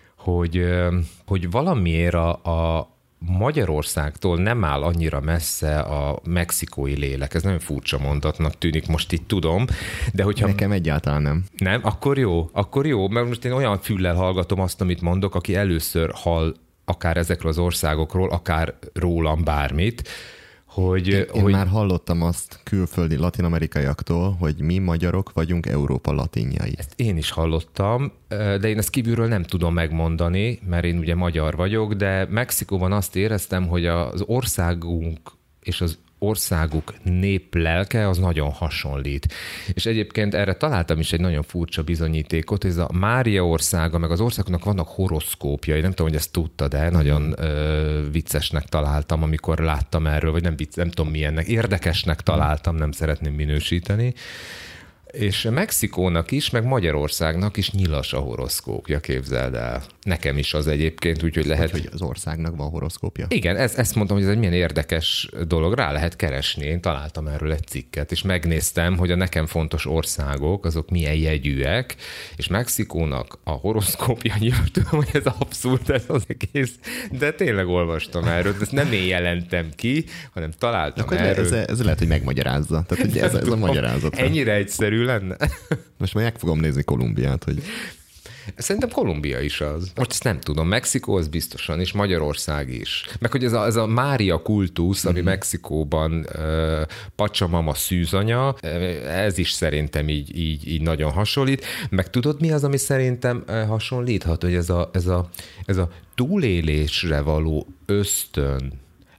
hogy valamiért a Magyarországtól nem áll annyira messze a mexikói lélek. Ez nagyon furcsa mondatnak tűnik, most itt tudom, de hogyha... Nekem egyáltalán nem. Nem? Akkor jó, mert most én olyan füllel hallgatom azt, amit mondok, aki először hall akár ezekről az országokról, akár rólam bármit, Én már hallottam azt külföldi latin-amerikaiaktól, hogy mi magyarok vagyunk Európa latinjai. Ezt én is hallottam, de én ezt kívülről nem tudom megmondani, mert én ugye magyar vagyok, de Mexikóban azt éreztem, hogy az országunk és az országuk néplelke az nagyon hasonlít. És egyébként erre találtam is egy nagyon furcsa bizonyítékot, ez a Mária országa, meg az országoknak vannak horoszkópjai, nem tudom, hogy ezt tudtad, de nagyon viccesnek találtam, amikor láttam erről, vagy nem tudom milyennek, érdekesnek találtam, nem szeretném minősíteni. És Mexikónak is, meg Magyarországnak is nyilas a horoszkópja, képzeld el. Nekem is az egyébként, úgyhogy lehet... Hogy az országnak van horoszkópja? Igen, ezt mondtam, hogy ez egy milyen érdekes dolog, rá lehet keresni. Én találtam erről egy cikket, és megnéztem, hogy a nekem fontos országok, azok milyen jegyűek, és Mexikónak a horoszkópja, nyilván tudom, hogy ez abszurd ez az egész, de tényleg olvastam erről, ezt nem én jelentem ki, hanem találtam akkor erről. Ez lehet, hogy megmagyarázza. Tehát, hogy ez a magyarázat. Ennyire egyszerű lenne? Most már meg fogom nézni Kolumbiát, hogy... Szerintem Kolumbia is az. Most ezt nem tudom. Mexikó az biztosan, és Magyarország is. Meg hogy ez a Mária kultusz, ami Mexikóban pacsamama szűzanya, ez is szerintem így nagyon hasonlít. Meg tudod, mi az, ami szerintem hasonlíthat, hogy ez a túlélésre való ösztön,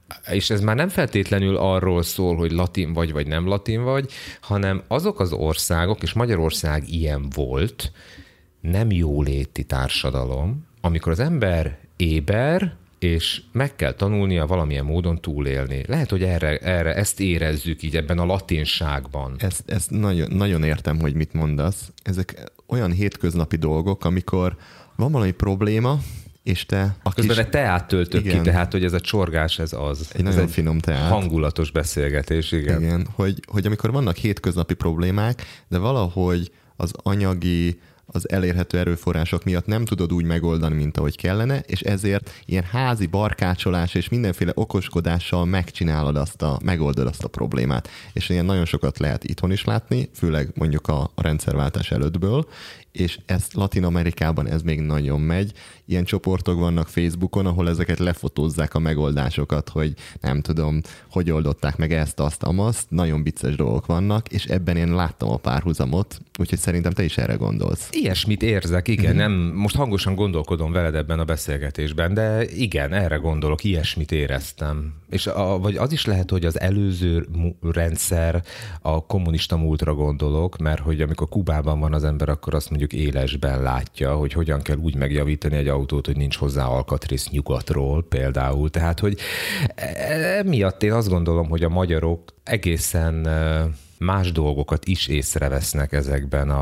és ez már nem feltétlenül arról szól, hogy latin vagy nem latin vagy, hanem azok az országok, és Magyarország ilyen volt, nem jóléti társadalom, amikor az ember éber, és meg kell tanulnia valamilyen módon túlélni. Lehet, hogy erre ezt érezzük így ebben a latinságban. Ezt nagyon, nagyon értem, hogy mit mondasz. Ezek olyan hétköznapi dolgok, amikor van valami probléma, és te... Közben teát töltök ki, tehát, hogy ez a csorgás, ez az. Egy nagyon finom teát. Hangulatos beszélgetés, igen. Igen, hogy amikor vannak hétköznapi problémák, de valahogy az anyagi, az elérhető erőforrások miatt nem tudod úgy megoldani, mint ahogy kellene, és ezért ilyen házi barkácsolás és mindenféle okoskodással megoldod azt a problémát. És ilyen nagyon sokat lehet itthon is látni, főleg mondjuk a rendszerváltás előttből, és ezt Latin-Amerikában ez még nagyon megy. Ilyen csoportok vannak Facebookon, ahol ezeket lefotózzák a megoldásokat, hogy nem tudom, hogy oldották meg ezt, azt, amazt. Nagyon vicces dolgok vannak, és ebben én láttam a párhuzamot, úgyhogy szerintem te is erre gondolsz. Ilyesmit érzek, igen. Nem, most hangosan gondolkodom veled ebben a beszélgetésben, de igen, erre gondolok, ilyesmit éreztem. És vagy az is lehet, hogy az előző rendszer, a kommunista múltra gondolok, mert hogy amikor Kubában van az ember, akkor azt mondjuk élesben látja, hogy hogyan kell úgy megjavítani egy autót, hogy nincs hozzá alkatrész nyugatról például. Tehát, hogy miatt én azt gondolom, hogy a magyarok egészen más dolgokat is észrevesznek ezekben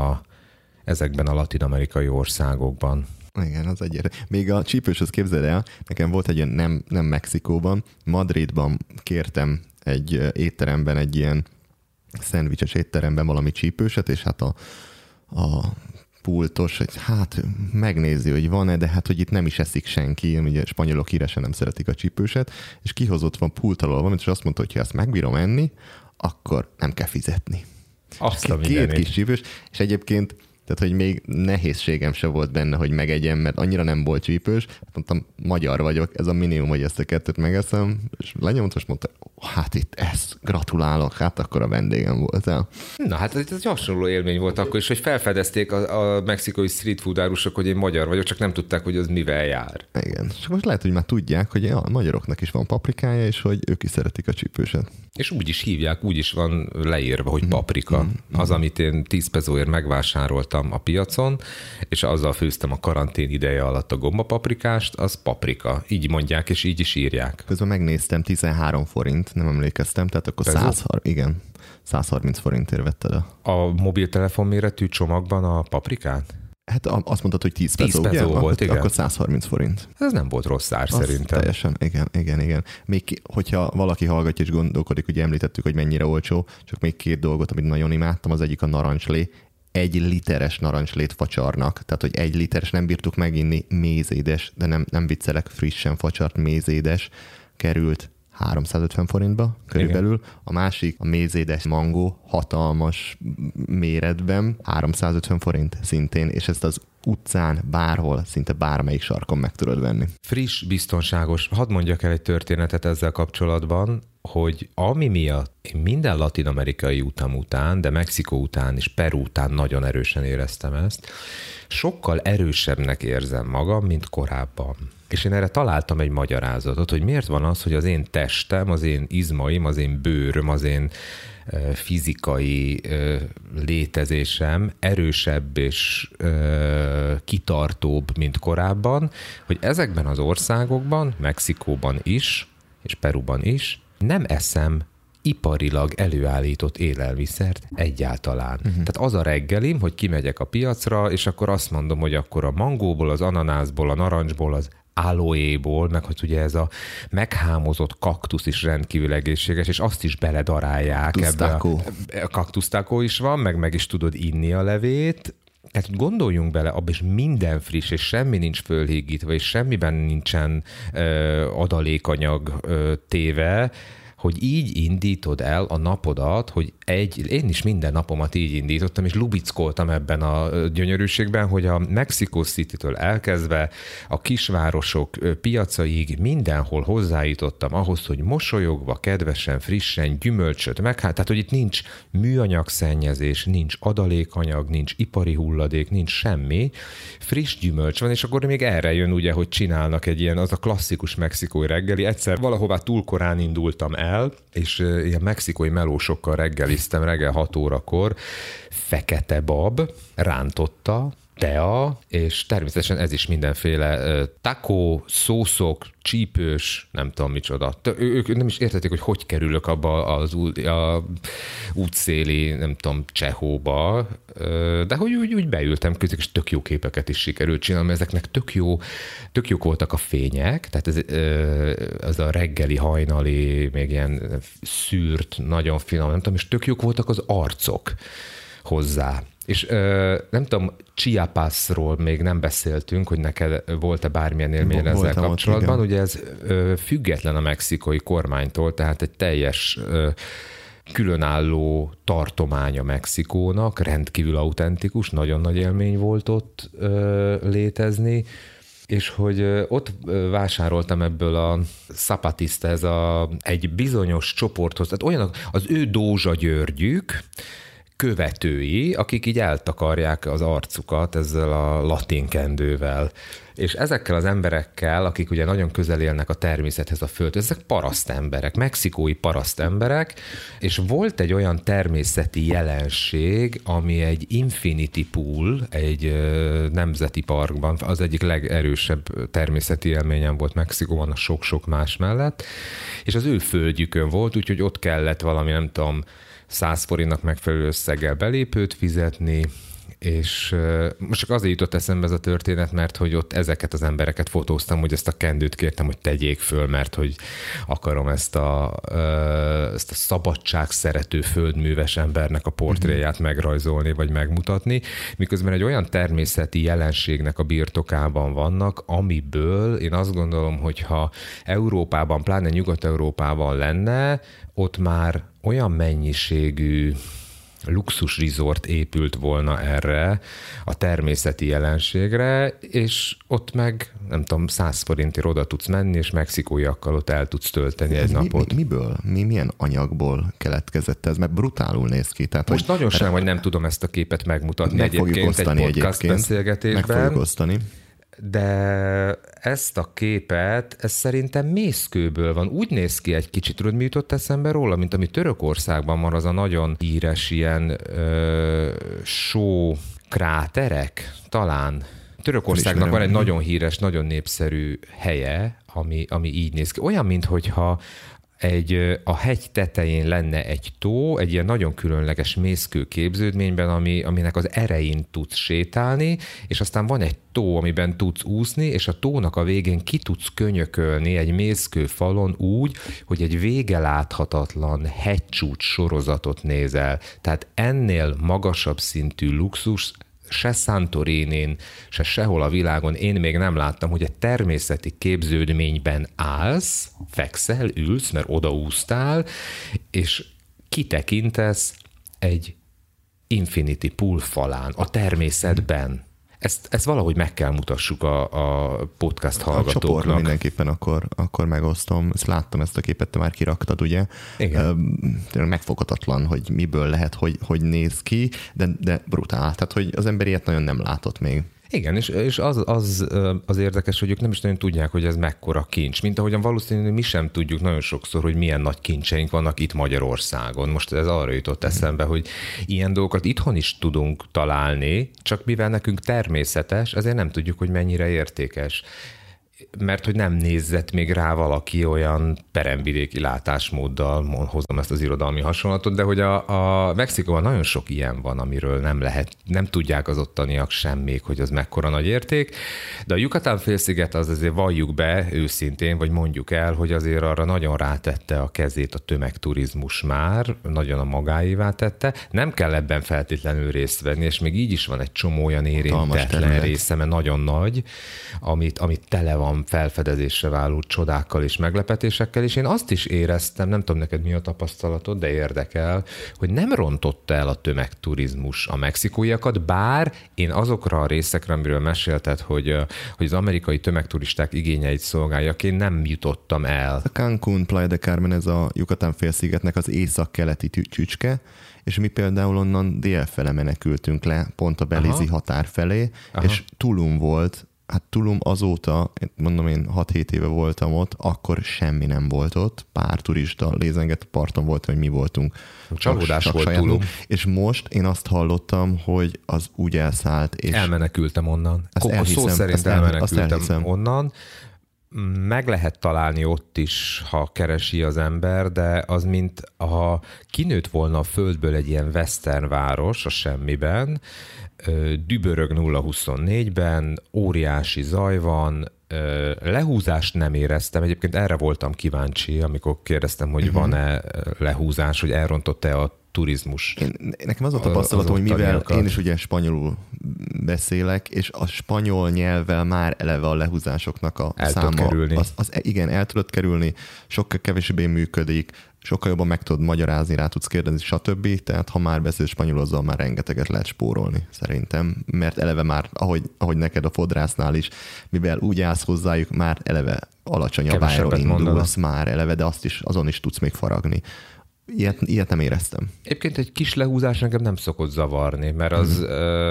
a latin-amerikai országokban. Igen, az egyértelmű. Még a csípőshöz képzeld el, nekem volt egy ilyen, nem Mexikóban, Madridban kértem egy étteremben, egy ilyen szendvicses étteremben valami csípőset, és hát a pultos, hogy hát megnézi, hogy van-e, de hát, hogy itt nem is eszik senki, ugye spanyolok híresen nem szeretik a csípőset, és kihozott van pult alól valamit, és azt mondta, hogy ha ezt megbírom enni, akkor nem kell fizetni. Két kis csípős, és egyébként tehát, hogy még nehézségem se volt benne, hogy megegyem, mert annyira nem volt csípős. Mondtam, magyar vagyok, ez a minimum, hogy ezt a kettőt megeszem, és lenyomott, és mondta, hát itt ez, gratulálok, hát akkor a vendégem voltál. Na hát ez egy hasonló élmény volt akkor is, hogy felfedezték a mexikói street food árusok, hogy én magyar vagyok, csak nem tudták, hogy az mivel jár. Igen, és most lehet, hogy már tudják, hogy a magyaroknak is van paprikája, és hogy ők is szeretik a csípőset. És úgy is hívják, úgy is van leírva, hogy paprika. Az, amit én 10 pezóért megvásároltam a piacon, és azzal főztem a karantén ideje alatt a gombapaprikást, az paprika. Így mondják, és így is írják. Közben megnéztem, 13 forint, nem emlékeztem, tehát akkor 130 forintért vetted a mobiltelefon méretű csomagban a paprikát? Hát azt mondtad, hogy 10 pezó, ugye? Volt, igen. Akkor 130 forint. Ez nem volt rossz ár szerintem. Teljesen, igen. Még hogyha valaki hallgatja és gondolkodik, ugye említettük, hogy mennyire olcsó, csak még 2 dolgot, amit nagyon imádtam, az egyik a narancslé. 1 literes narancslét facsarnak, tehát hogy 1 literes, nem bírtuk meginni, mézédes, de nem viccelek, frissen facsart mézédes, került 350 forintba körülbelül. Igen. A másik, a mézédes mangó, hatalmas méretben, 350 forint szintén, és ezt az utcán, bárhol, szinte bármelyik sarkon meg tudod venni. Friss, biztonságos. Hadd mondjak el egy történetet ezzel kapcsolatban, hogy ami miatt én minden latin-amerikai utam után, de Mexikó után és Peru után nagyon erősen éreztem ezt, sokkal erősebbnek érzem magam, mint korábban. És én erre találtam egy magyarázatot, hogy miért van az, hogy az én testem, az én izmaim, az én bőröm, az én fizikai létezésem erősebb és kitartóbb, mint korábban, hogy ezekben az országokban, Mexikóban is, és Peruban is nem eszem iparilag előállított élelmiszert egyáltalán. Tehát az a reggelim, hogy kimegyek a piacra, és akkor azt mondom, hogy akkor a mangóból, az ananászból, a narancsból, az aloéból, meg hogy ugye ez a meghámozott kaktusz is rendkívül egészséges, és azt is beledarálják. A kaktusztákó is van, meg is tudod inni a levét. Hát gondoljunk bele, abban is minden friss, és semmi nincs fölhígítva, és semmiben nincsen adalékanyag téve, hogy így indítod el a napodat, hogy én is minden napomat így indítottam, és lubickoltam ebben a gyönyörűségben, hogy a Mexico City-től elkezdve a kisvárosok piacaig mindenhol hozzájutottam ahhoz, hogy mosolyogva, kedvesen, frissen, gyümölcsöt meg, tehát, hogy itt nincs műanyagszennyezés, nincs adalékanyag, nincs ipari hulladék, nincs semmi, friss gyümölcs van, és akkor még erre jön ugye, hogy csinálnak egy ilyen, az a klasszikus mexikói reggeli. Egyszer valahová túl korán indultam el, és ilyen mexikói melósokkal reggeliztem reggel 6 órakor, fekete bab, rántotta, tea, és természetesen ez is mindenféle taco, szószok, csípős, nem tudom micsoda. Ők nem is értették, hogy kerülök abba az útszéli, nem tudom, csehóba, de hogy úgy beültem közük, és tök jó képeket is sikerült csinálni, ezeknek tök jók voltak a fények, tehát ez a reggeli, hajnali, még ilyen szűrt, nagyon finom, nem tudom, és tök jók voltak az arcok hozzá. És nem tudom, Chiapasról még nem beszéltünk, hogy neked volt-e bármilyen élmény ezzel kapcsolatban. Ugye ez független a mexikói kormánytól, tehát egy teljes különálló tartománya Mexikónak, rendkívül autentikus, nagyon nagy élmény volt ott létezni, és hogy ott vásároltam ebből a Zapatista, ez egy bizonyos csoporthoz, tehát olyanok, az ő Dózsa Györgyük, követői, akik így eltakarják az arcukat ezzel a latinkendővel. És ezekkel az emberekkel, akik ugye nagyon közel élnek a természethez, a földhöz, ezek parasztemberek, mexikói parasztemberek, és volt egy olyan természeti jelenség, ami egy infinity pool, egy nemzeti parkban, az egyik legerősebb természeti élményem volt Mexikóban, a sok-sok más mellett, és az ő földjükön volt, úgyhogy ott kellett valami, nem tudom, 100 forintnak megfelelő összeggel belépőt fizetni, és most csak azért jutott eszembe ez a történet, mert hogy ott ezeket az embereket fotóztam, hogy ezt a kendőt kértem, hogy tegyék föl, mert hogy akarom ezt a szabadságszerető földműves embernek a portréját megrajzolni, vagy megmutatni, miközben egy olyan természeti jelenségnek a birtokában vannak, amiből én azt gondolom, hogy ha Európában, pláne Nyugat-Európában lenne, ott már olyan mennyiségű luxus resort épült volna erre a természeti jelenségre, és ott meg, nem tudom, 100 forintért oda tudsz menni, és mexikóiakkal ott el tudsz tölteni egy napot. Miből? Milyen anyagból keletkezett ez? Mert brutálul néz ki. Tehát, most nagyon sem, hogy nem tudom ezt a képet megmutatni egyébként egy podcast beszélgetésben. Meg fogjuk osztani. De ezt a képet, ez szerintem mészkőből van. Úgy néz ki egy kicsit, tudod, mi jutott eszembe róla, mint ami Törökországban van, az a nagyon híres ilyen só kráterek, talán. Törökországnak van egy nagyon híres, nagyon népszerű helye, ami így néz ki. Olyan, minthogyha a hegy tetején lenne egy tó, egy ilyen nagyon különleges mészkő képződményben, aminek az erején tudsz sétálni, és aztán van egy tó, amiben tudsz úszni, és a tónak a végén ki tudsz könyökölni egy mészkő falon úgy, hogy egy vége láthatatlan hegycsúcs sorozatot nézel. Tehát ennél magasabb szintű luxus se Santorinin, se sehol a világon én még nem láttam, hogy egy természeti képződményben állsz, fekszel, ülsz, mert odaúsztál, és kitekintesz egy infinity pool falán, a természetben. Ezt valahogy meg kell mutassuk a podcast hallgatóknak. A csoportban mindenképpen akkor megosztom. Ezt láttam, ezt a képet, te már kiraktad, ugye? Igen. Megfoghatatlan, hogy miből lehet, hogy néz ki, de brutál. Tehát, hogy az ember ilyet nagyon nem látott még. Igen, és az érdekes, hogy ők nem is nagyon tudják, hogy ez mekkora kincs. Mint ahogyan valószínűleg mi sem tudjuk nagyon sokszor, hogy milyen nagy kincseink vannak itt Magyarországon. Most ez arra jutott eszembe, hogy ilyen dolgokat itthon is tudunk találni, csak mivel nekünk természetes, ezért nem tudjuk, hogy mennyire értékes. Mert hogy nem nézzett még rá valaki olyan peremvidéki látásmóddal, hozom ezt az irodalmi hasonlatot, de hogy a Mexikóban nagyon sok ilyen van, amiről nem tudják az ottaniak sem még, hogy az mekkora nagy érték, de a Yucatán-félsziget az azért valljuk be őszintén, vagy mondjuk el, hogy azért arra nagyon rátette a kezét a tömegturizmus már, nagyon a magáévá tette, nem kell ebben feltétlenül részt venni, és még így is van egy csomó olyan érintetlen része, mert nagyon nagy, amit tele van hatalmasan felfedezésre váló csodákkal és meglepetésekkel, és én azt is éreztem, nem tudom neked mi a tapasztalatod, de érdekel, hogy nem rontotta el a tömegturizmus a mexikóiakat, bár én azokra a részekre, amiről mesélted, hogy az amerikai tömegturisták igényeit szolgáljak, én nem jutottam el. A Cancún, Playa de Carmen, ez a Yucatán-félszigetnek az észak-keleti csücske, és mi például onnan délfele menekültünk le, pont a belizi határ felé, és Tulum volt. Hát Tulum azóta, mondom én 6-7 éve voltam ott, akkor semmi nem volt ott, pár turista lézengett parton volt, hogy mi voltunk. Csalódás volt Tulum. És most én azt hallottam, hogy az úgy elszállt. És elmenekültem onnan. Szó szerint elmenekültem onnan. Meg lehet találni ott is, ha keresi az ember, de az, mint ha kinőtt volna a földből egy ilyen western város a semmiben, dübörög 0-24-ben, óriási zaj van, lehúzást nem éreztem. Egyébként erre voltam kíváncsi, amikor kérdeztem, hogy van-e lehúzás, hogy elrontott-e a turizmus. Nekem az a tapasztalatom, hogy mivel én is ugye spanyolul beszélek, és a spanyol nyelvvel már eleve a lehúzásoknak a száma. Igen, el tudod kerülni, sokkal kevésbé működik, sokkal jobban meg tudod magyarázni, rá tudsz kérdezni, stb. Tehát ha már beszélsz spanyol, azzal már rengeteget lehet spórolni, szerintem. Mert eleve már, ahogy neked a fodrásznál is, mivel úgy állsz hozzájuk, már eleve alacsonyabb áron indulsz már eleve, de azon is tudsz még faragni. Ilyet nem éreztem. Egyébként egy kis lehúzás nekem nem szokott zavarni, mert az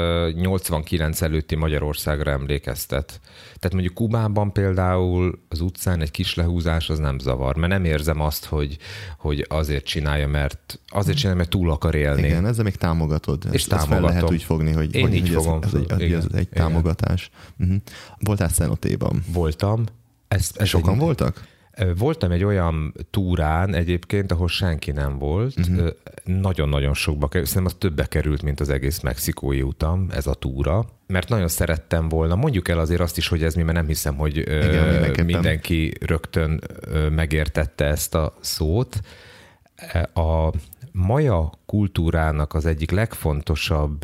89 előtti Magyarországra emlékeztet. Tehát mondjuk Kubában például az utcán egy kis lehúzás az nem zavar, mert nem érzem azt, hogy azért csinálja, mert túl akar élni. Igen, ezzel még támogatod. És támogatom. Ezt fel lehet úgy fogni, hogy ez egy támogatás. Voltál Cenotéban? Voltam. Sokan voltak? Voltam egy olyan túrán egyébként, ahol senki nem volt. Nagyon-nagyon sokba került. Szerintem az többbe került, mint az egész mexikói utam, ez a túra. Mert nagyon szerettem volna. Mondjuk el azért azt is, hogy ez mi, mert nem hiszem, hogy mindenki rögtön megértette ezt a szót. A maja kultúrának az egyik legfontosabb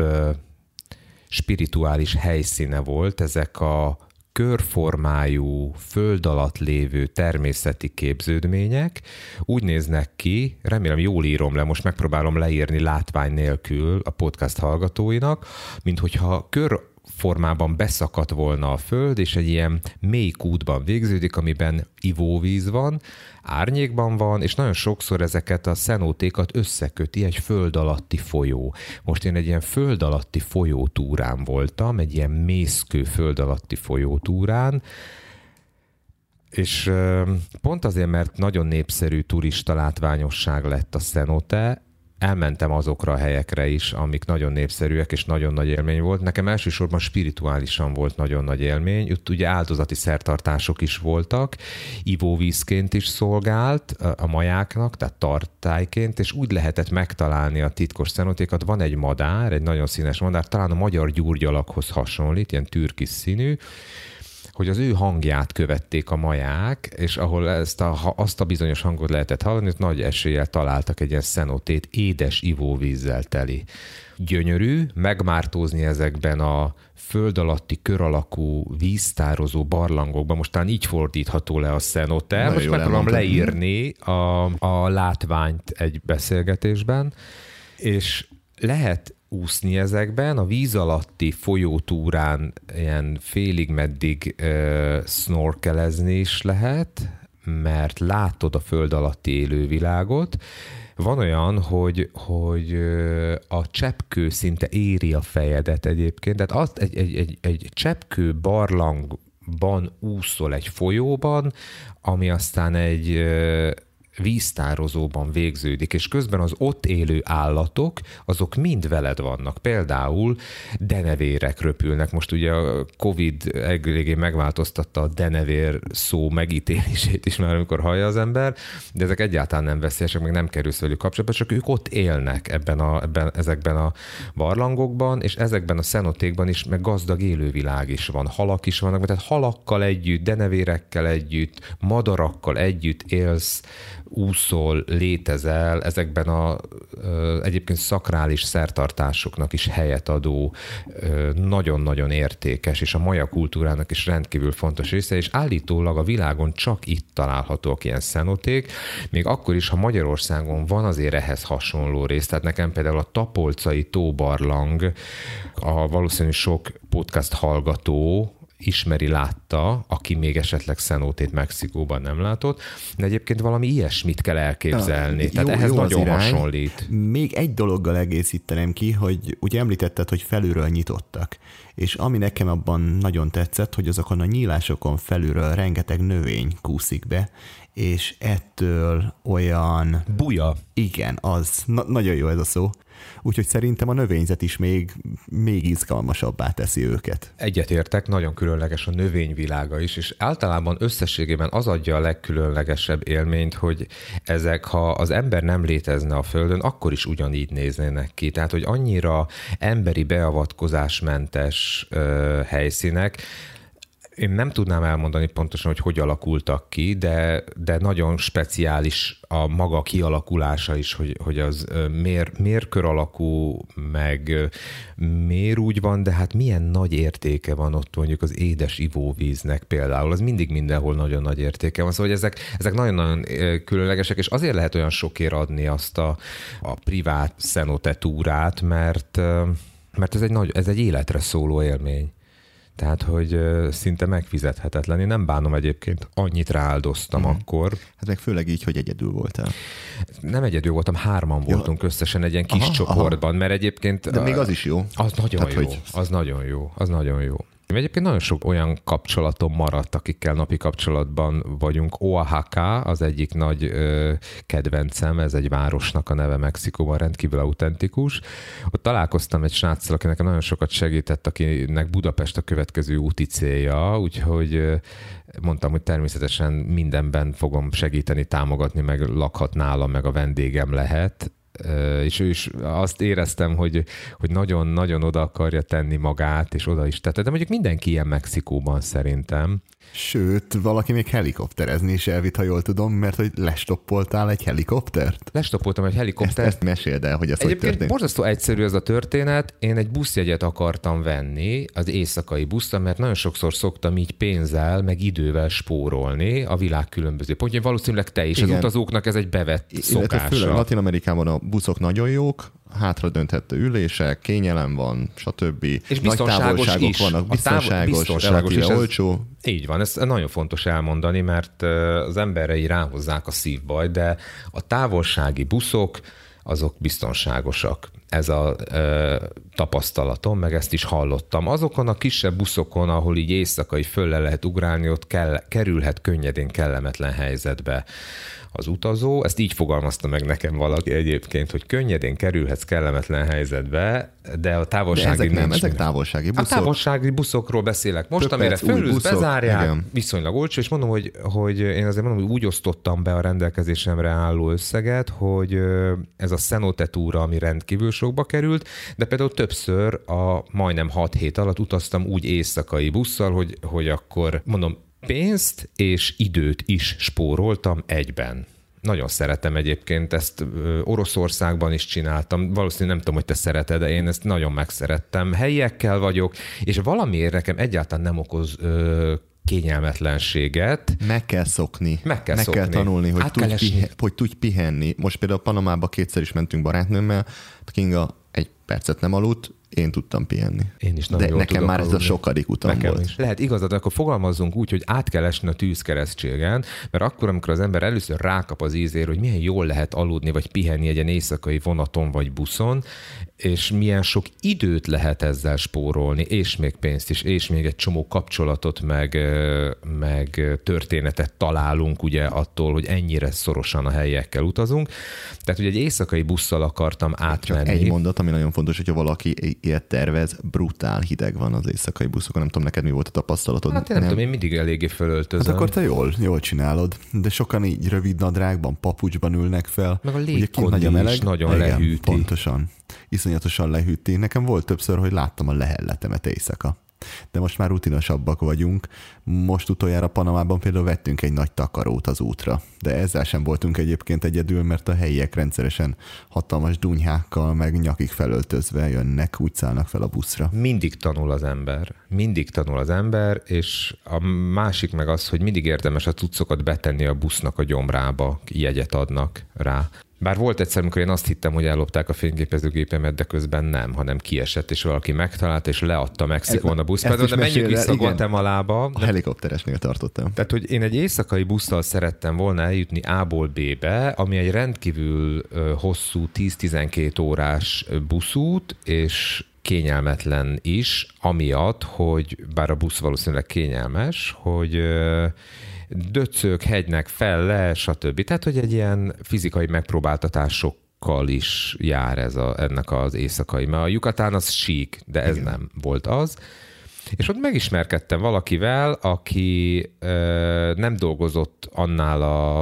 spirituális helyszíne volt ezek a körformájú, föld alatt lévő természeti képződmények. Úgy néznek ki, remélem jól írom le, most megpróbálom leírni látvány nélkül a podcast hallgatóinak, mint hogyha körformában beszakadt volna a föld, és egy ilyen mély kútban végződik, amiben ivóvíz van, árnyékban van, és nagyon sokszor ezeket a cenotékat összeköti egy föld alatti folyó. Most én egy ilyen föld alatti folyótúrán voltam, egy ilyen mészkő föld alatti folyótúrán, és pont azért, mert nagyon népszerű turista látványosság lett a cenote, elmentem azokra a helyekre is, amik nagyon népszerűek, és nagyon nagy élmény volt. Nekem elsősorban spirituálisan volt nagyon nagy élmény. Ott ugye áldozati szertartások is voltak, ivóvízként is szolgált a majáknak, tehát tartályként, és úgy lehetett megtalálni a titkos cenotékat. Van egy madár, egy nagyon színes madár, talán a magyar gyurgyalakhoz hasonlít, ilyen türkis színű, hogy az ő hangját követték a maják, és ahol azt a bizonyos hangot lehetett hallani, hogy nagy eséllyel találtak egy ilyen cenotét, édes ivóvízzel teli. Gyönyörű, megmártózni ezekben a föld alatti kör alakú víztározó barlangokban, most talán így fordítható le a cenote, most megpróbálom leírni a látványt egy beszélgetésben, és lehet úszni ezekben, a víz alatti folyótúrán ilyen félig meddig snorkelezni is lehet, mert látod a föld alatti élővilágot. Van olyan, hogy a cseppkő szinte éri a fejedet egyébként, tehát egy cseppkő barlangban úszol egy folyóban, ami aztán egy víztározóban végződik, és közben az ott élő állatok, azok mind veled vannak. Például denevérek röpülnek. Most ugye a Covid eléggé megváltoztatta a denevér szó megítélését is már, amikor hallja az ember, de ezek egyáltalán nem veszélyesek, meg nem kerülsz velük kapcsolatba, csak ők ott élnek ezekben a barlangokban, és ezekben a cenotékban is, meg gazdag élővilág is van. Halak is vannak, tehát halakkal együtt, denevérekkel együtt, madarakkal együtt élsz úszol, létezel, ezekben egyébként szakrális szertartásoknak is helyet adó, nagyon-nagyon értékes, és a maja kultúrának is rendkívül fontos része, és állítólag a világon csak itt találhatóak ilyen szenoték, még akkor is, ha Magyarországon van azért ehhez hasonló rész. Tehát nekem például a tapolcai tóbarlang, valószínűleg sok podcast hallgató ismeri, látta, aki még esetleg cenote Mexikóban nem látott, de egyébként valami ilyesmit kell elképzelni. Tehát ehhez nagyon hasonlít. Még egy dologgal egészítenem ki, hogy ugye említetted, hogy felülről nyitottak, és ami nekem abban nagyon tetszett, hogy azokon a nyílásokon felülről rengeteg növény kúszik be, és ettől olyan... Buja. Igen, az. Nagyon jó ez a szó. Úgyhogy szerintem a növényzet is még izgalmasabbá teszi őket. Egyetértek, nagyon különleges a növényvilága is, és általában összességében az adja a legkülönlegesebb élményt, hogy ezek, ha az ember nem létezne a Földön, akkor is ugyanígy néznének ki. Tehát, hogy annyira emberi beavatkozásmentes helyszínek. Én nem tudnám elmondani pontosan, hogy alakultak ki, de nagyon speciális a maga kialakulása is, hogy az miért kör alakú, meg miért úgy van, de hát milyen nagy értéke van ott mondjuk az édes ivóvíznek például. Az mindig mindenhol nagyon nagy értéke van. Szóval hogy ezek nagyon-nagyon különlegesek, és azért lehet olyan sokért adni azt a privát cenote túrát, mert ez egy életre szóló élmény. Tehát, hogy szinte megfizethetetlen. Én nem bánom egyébként, annyit rááldoztam akkor. Hát meg főleg így, hogy egyedül voltál. Nem egyedül voltam, 3 voltunk összesen egy ilyen kis csoportban, mert egyébként... De még az is jó. Az nagyon jó. Az nagyon jó. Egyébként nagyon sok olyan kapcsolatom maradt, akikkel napi kapcsolatban vagyunk. Oaxaca az egyik nagy kedvencem, ez egy városnak a neve Mexikóban, rendkívül autentikus. Ott találkoztam egy sráccal, aki nekem nagyon sokat segített, akinek Budapest a következő úti célja, úgyhogy mondtam, hogy természetesen mindenben fogom segíteni, támogatni, meg lakhat nálam, meg a vendégem lehet. És ő is azt éreztem, hogy nagyon-nagyon oda akarja tenni magát, és oda is tette. De mondjuk mindenki ilyen Mexikóban szerintem. Sőt, valaki még helikopterezni is elvitt, ha jól tudom, mert hogy lestoppoltál egy helikoptert? Lestoppoltam egy helikoptert. Ezt meséld el, hogy ez egyébként hogy történt. Borzasztó egyszerű ez a történet. Én egy buszjegyet akartam venni, az éjszakai buszra, mert nagyon sokszor szoktam így pénzzel, meg idővel spórolni a világ különböző pontján. Valószínűleg te is. Igen. Az utazóknak ez egy bevett szokása. Főleg Latin-Amerikában a buszok nagyon jók, hátra dönthető ülések, kényelem van, stb. És biztonságos is. Vannak, biztonságos, olcsó. Így van, ez nagyon fontos elmondani, mert az emberei ráhozzák a szívbaj, de a távolsági buszok, azok biztonságosak. Ez a tapasztalatom, meg ezt is hallottam. Azokon a kisebb buszokon, ahol így éjszakai fölle lehet ugrálni, ott kerülhet könnyedén kellemetlen helyzetbe az utazó. Ezt így fogalmazta meg nekem valaki egyébként, hogy könnyedén kerülhetsz kellemetlen helyzetbe, de a távolsági... De ezek távolsági buszok. A távolsági buszokról beszélek most, amire fölülsz, bezárják, igen. Viszonylag olcsó, és mondom, hogy én azért mondom, hogy úgy osztottam be a rendelkezésemre álló összeget, hogy ez a cenote túra, ami rendkívül sokba került, de például többször a majdnem 6 hét alatt utaztam úgy éjszakai busszal, hogy akkor mondom, pénzt és időt is spóroltam egyben. Nagyon szeretem egyébként, ezt Oroszországban is csináltam, valószínűleg nem tudom, hogy te szereted, de én ezt nagyon megszerettem. Helyiekkel vagyok, és valamiért nekem egyáltalán nem okoz kényelmetlenséget. Meg kell szokni. Meg kell tanulni, hogy tudj pihenni. Most például Panamába 2-szer is mentünk barátnőmmel, Kinga 1 percet nem aludt, én tudtam pihenni. Én is nagyon jól nekem tudok már aludni. Ez a sokadik utam nekem volt. Is. Lehet igazad, akkor fogalmazzunk úgy, hogy át kell esni a tűzkeresztségen, mert akkor, amikor az ember először rákap az ízére, hogy milyen jól lehet aludni, vagy pihenni egy éjszakai vonaton, vagy buszon, és milyen sok időt lehet ezzel spórolni, és még pénzt is, és még egy csomó kapcsolatot, meg történetet találunk ugye attól, hogy ennyire szorosan a helyiekkel utazunk. Tehát ugye egy éjszakai busszal akartam átmenni. Csak egy mondat, ami nagyon fontos, hogyha valaki ilyet tervez, brutál hideg van az éjszakai buszokon. Nem tudom, neked mi volt a tapasztalatod? Hát én nem tudom, én mindig eléggé fölöltözöm. Hát akkor te jól csinálod. De sokan így rövid nadrágban, papucsban ülnek fel. Meg a légkondi is nagyon lehűti. Pontosan. Iszonyatosan lehűti. Nekem volt többször, hogy láttam a lehelletemet éjszaka. de most már rutinosabbak vagyunk. Most utoljára Panamában például vettünk egy nagy takarót az útra, de ezzel sem voltunk egyébként egyedül, mert a helyiek rendszeresen hatalmas dunyhákkal, meg nyakig felöltözve jönnek, úgy szállnak fel a buszra. Mindig tanul az ember, és a másik meg az, hogy mindig érdemes a cuccokat betenni a busznak a gyomrába, jegyet adnak rá. Bár volt egyszer, amikor én azt hittem, hogy ellopták a fényképezőgépemet, de közben nem, hanem kiesett, és valaki megtalálta, és leadta Mexikón a buszpedon, de menjünk vissza Guatemalába. A helikopteresnél tartottam. Tehát, hogy én egy éjszakai busszal szerettem volna eljutni A-ból B-be, ami egy rendkívül hosszú 10-12 órás buszút, és kényelmetlen is, amiatt, hogy bár a busz valószínűleg kényelmes, hogy döcög, hegynek fel, le, stb. Tehát, hogy egy ilyen fizikai megpróbáltatásokkal is jár ennek az éjszakai. Mert a Yucatán az sík, de ez igen, nem volt az. És ott megismerkedtem valakivel, aki nem dolgozott annál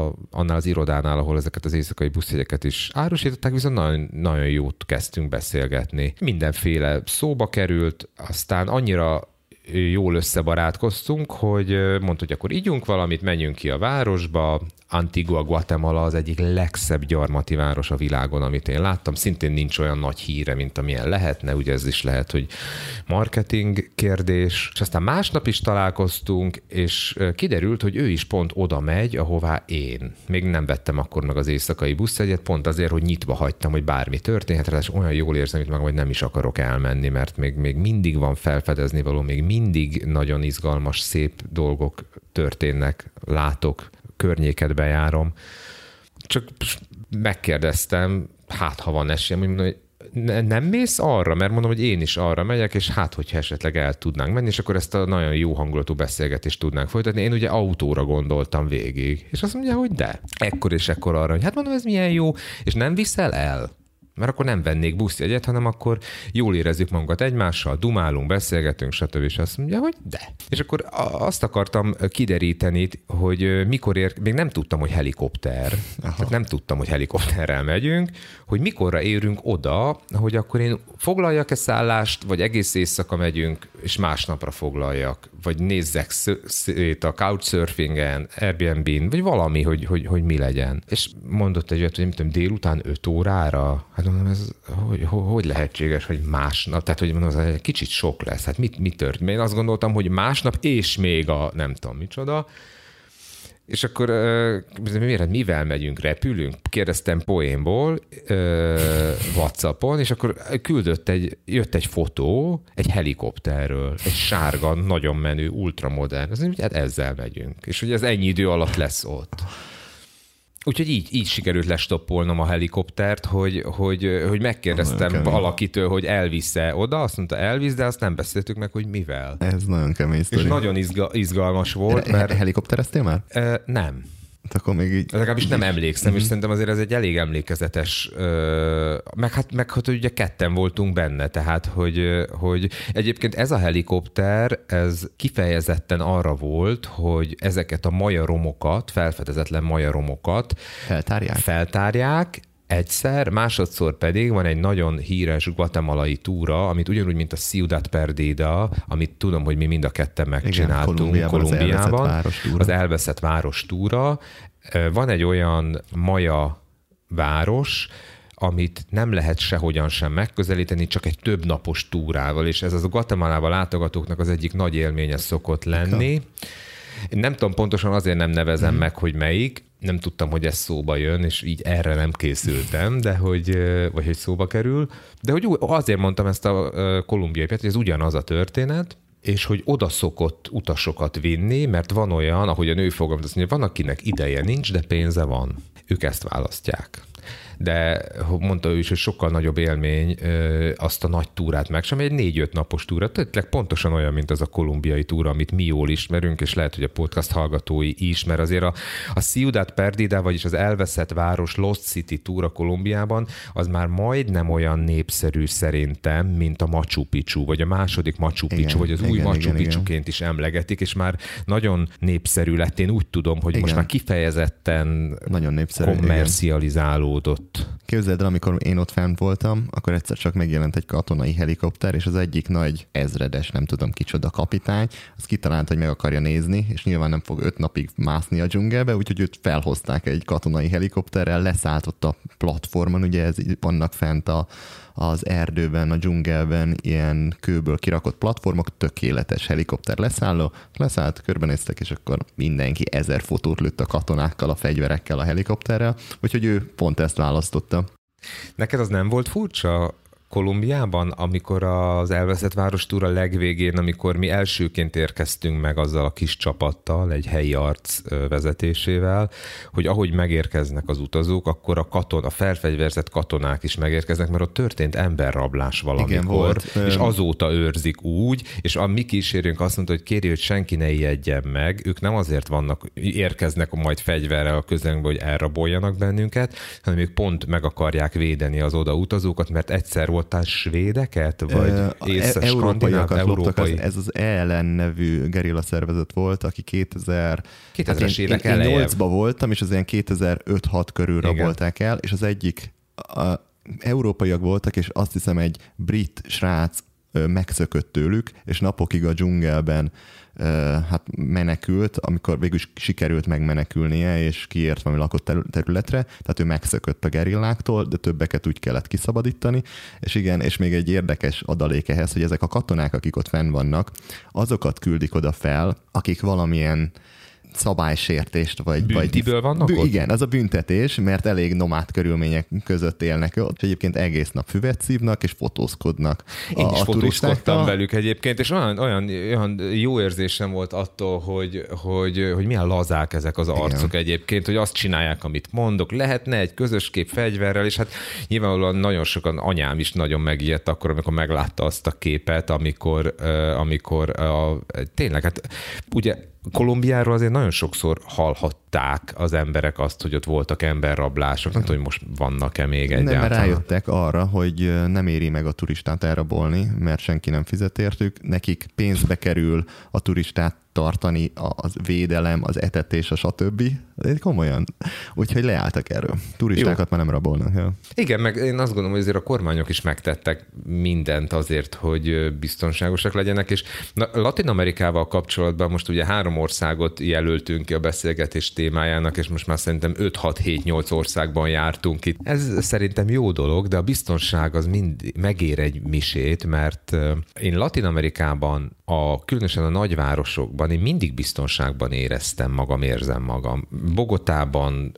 az irodánál, ahol ezeket az éjszakai buszjegyeket is árusították, viszont nagyon, nagyon jót kezdtünk beszélgetni. Mindenféle szóba került, aztán annyira jól összebarátkoztunk, hogy mondta, hogy akkor ígyunk valamit, menjünk ki a városba. Antigua Guatemala az egyik legszebb gyarmati város a világon, amit én láttam. Szintén nincs olyan nagy híre, mint amilyen lehetne, ugye ez is lehet, hogy marketing kérdés. És aztán másnap is találkoztunk, és kiderült, hogy ő is pont oda megy, ahová én. Még nem vettem akkor meg az éjszakai buszjegyet, pont azért, hogy nyitva hagytam, hogy bármi történhet, és olyan jól érzem itt meg, hogy nem is akarok elmenni, mert még mindig van felfedezni való, még mindig nagyon izgalmas, szép dolgok történnek, látok, környéket bejárom. Csak megkérdeztem, hát ha van esélyem, hogy mondom, hogy nem mész arra? Mert mondom, hogy én is arra megyek, és hát, hogyha esetleg el tudnánk menni, és akkor ezt a nagyon jó hangulatú beszélgetést tudnánk folytatni. Én ugye autóra gondoltam végig, és azt mondja, hogy de. Ekkor és ekkor arra, hogy hát mondom, ez milyen jó, és nem viszel el? Mert akkor nem vennék buszjegyet, hanem akkor jól érezzük magunkat egymással, dumálunk, beszélgetünk, stb. És azt mondja, hogy de. És akkor azt akartam kideríteni, hogy mikor még nem tudtam, hogy helikopter, tehát nem tudtam, hogy helikopterrel megyünk, hogy mikorra érünk oda, hogy akkor én foglaljak-e szállást, vagy egész éjszaka megyünk, és másnapra foglaljak, vagy nézzek szét a couchsurfingen, Airbnb-n, vagy valami, hogy mi legyen. És mondott egy olyat, hogy nem tudom, délután 5 órára, hát mondom, ez hogy lehetséges, hogy másnap, tehát hogy mondom, ez egy kicsit sok lesz, hát mi történt? Én azt gondoltam, hogy másnap, és még a nem tudom micsoda, és akkor mivel megyünk, repülünk? Kérdeztem poénból WhatsAppon, és akkor jött egy fotó egy helikopterről, egy sárga, nagyon menő, ultramodern. Azt mondja, hogy hát ezzel megyünk. És hogy ez ennyi idő alatt lesz ott. Úgyhogy így sikerült lestoppolnom a helikoptert, hogy megkérdeztem valakitől, hogy elvisz-e oda, azt mondta elvisz, de azt nem beszéltük meg, hogy mivel. Ez nagyon kemény sztori. És nagyon izgalmas volt. Mert... Helikoptereztél már? Nem. Akkor még így... Legalábbis nem emlékszem, és szerintem azért ez egy elég emlékezetes, meg hát ugye ketten voltunk benne, tehát hogy egyébként ez a helikopter, ez kifejezetten arra volt, hogy ezeket a majaromokat, felfedezetlen majaromokat feltárják, egyszer, másodszor pedig van egy nagyon híres guatemalai túra, amit ugyanúgy, mint a Ciudad Perdida, amit tudom, hogy mi mind a ketten megcsináltunk Kolumbiában, az elveszett város túra. Van egy olyan maja város, amit nem lehet sehogyan sem megközelíteni, csak egy több napos túrával, és ez az a Guatemalába látogatóknak az egyik nagy élménye szokott lenni. Én nem tudom pontosan, azért nem nevezem meg, hogy melyik, nem tudtam, hogy ez szóba jön, és így erre nem készültem, de hogy szóba kerül. De hogy azért mondtam ezt a kolumbiai példát, hogy ez ugyanaz a történet, és hogy oda szokott utasokat vinni, mert van olyan, ahogy a nő fogalmaz, hogy van, akinek ideje nincs, de pénze van. Ők ezt választják. De mondta ő is, hogy sokkal nagyobb élmény azt a nagy túrát megcsinálni, egy 4-5 napos túra, tehát pontosan olyan, mint az a kolumbiai túra, amit mi jól ismerünk, és lehet, hogy a podcast hallgatói is, mert azért a Ciudad Perdida, vagyis az elveszett város Lost City túra Kolumbiában, az már majdnem olyan népszerű szerintem, mint a Machu Picchu, vagy a második Machu Picchu, vagy az új Machu Picchuként is emlegetik, és már nagyon népszerű lett. Én úgy tudom, hogy most már kifejezetten nagyon népszerű, kommercializálódott. Képzeld el, amikor én ott fent voltam, akkor egyszer csak megjelent egy katonai helikopter, és az egyik nagy ezredes, nem tudom kicsoda kapitány, az kitalált, hogy meg akarja nézni, és nyilván nem fog 5 napig mászni a dzsungelbe, úgyhogy őt felhozták egy katonai helikopterrel, leszállt ott a platformon, ugye vannak fent az erdőben, a dzsungelben ilyen kőből kirakott platformok, tökéletes helikopter leszállt, körbenéztek, és akkor mindenki 1000 fotót lőtt a katonákkal, a fegyverekkel, a helikopterrel, úgyhogy ő pont ezt választotta. Neked az nem volt furcsa Kolumbiában, amikor az Elveszett Város túra legvégén, amikor mi elsőként érkeztünk meg azzal a kis csapattal, egy helyi arc vezetésével, hogy ahogy megérkeznek az utazók, akkor a felfegyverzett katonák is megérkeznek, mert ott történt emberrablás valamikor, igen, volt. És azóta őrzik úgy, és a mi kísérőnk azt mondta, hogy kéri, hogy senki ne ijedjen meg, ők nem azért érkeznek majd fegyverrel a közelünkbe, hogy elraboljanak bennünket, hanem ők pont meg akarják védeni az oda utazókat, mert egyszer volt svédeket, vagy európaiakat loptak, ez az ELN nevű gerilla szervezet volt, aki 2000-es évek elején. Én 8-ban voltam, és az ilyen 2005-6 körül rabolták el, és az egyik európaiak voltak, és azt hiszem egy brit srác megszökött tőlük, és napokig a dzsungelben menekült, amikor végül sikerült megmenekülnie, és kiért valami lakott területre, tehát ő megszökött a gerilláktól, de többeket úgy kellett kiszabadítani, és igen, és még egy érdekes adalék ehhez, hogy ezek a katonák, akik ott fenn vannak, azokat küldik oda fel, akik valamilyen szabálysértést, vagy... Büntiből vannak ott? Igen, az a büntetés, mert elég nomád körülmények között élnek ott, és egyébként egész nap füvet szívnak, és fotózkodnak. Én is fotózkodtam velük egyébként, és olyan jó érzésem volt attól, hogy milyen lazák ezek az arcok, igen, egyébként, hogy azt csinálják, amit mondok. Lehetne egy közös kép fegyverrel, és hát nyilvánvalóan nagyon sokan, anyám is nagyon megijedt akkor, amikor meglátta azt a képet, amikor tényleg, hát ugye Kolumbiáról azért nagyon sokszor hallhatták az emberek azt, hogy ott voltak emberrablások. Nem tudom, hogy most vannak-e még egyáltalán. Nem, mert rájöttek arra, hogy nem éri meg a turistát elrabolni, mert senki nem fizet értük. Nekik pénzbe kerül a turistát tartani, az védelem, az etetés, a stb. Komolyan. Úgyhogy leálltak erről. Turistákat már nem rabolnak. Ja. Igen, meg én azt gondolom, hogy azért a kormányok is megtettek mindent azért, hogy biztonságosak legyenek, és Latin Amerikával kapcsolatban most ugye 3 országot jelöltünk ki a beszélgetés témájának, és most már szerintem 5-6-7-8 országban jártunk itt. Ez szerintem jó dolog, de a biztonság az mind megér egy misét, mert én Latin Amerikában, különösen a nagyvárosokban én mindig biztonságban érzem magam. Bogotában,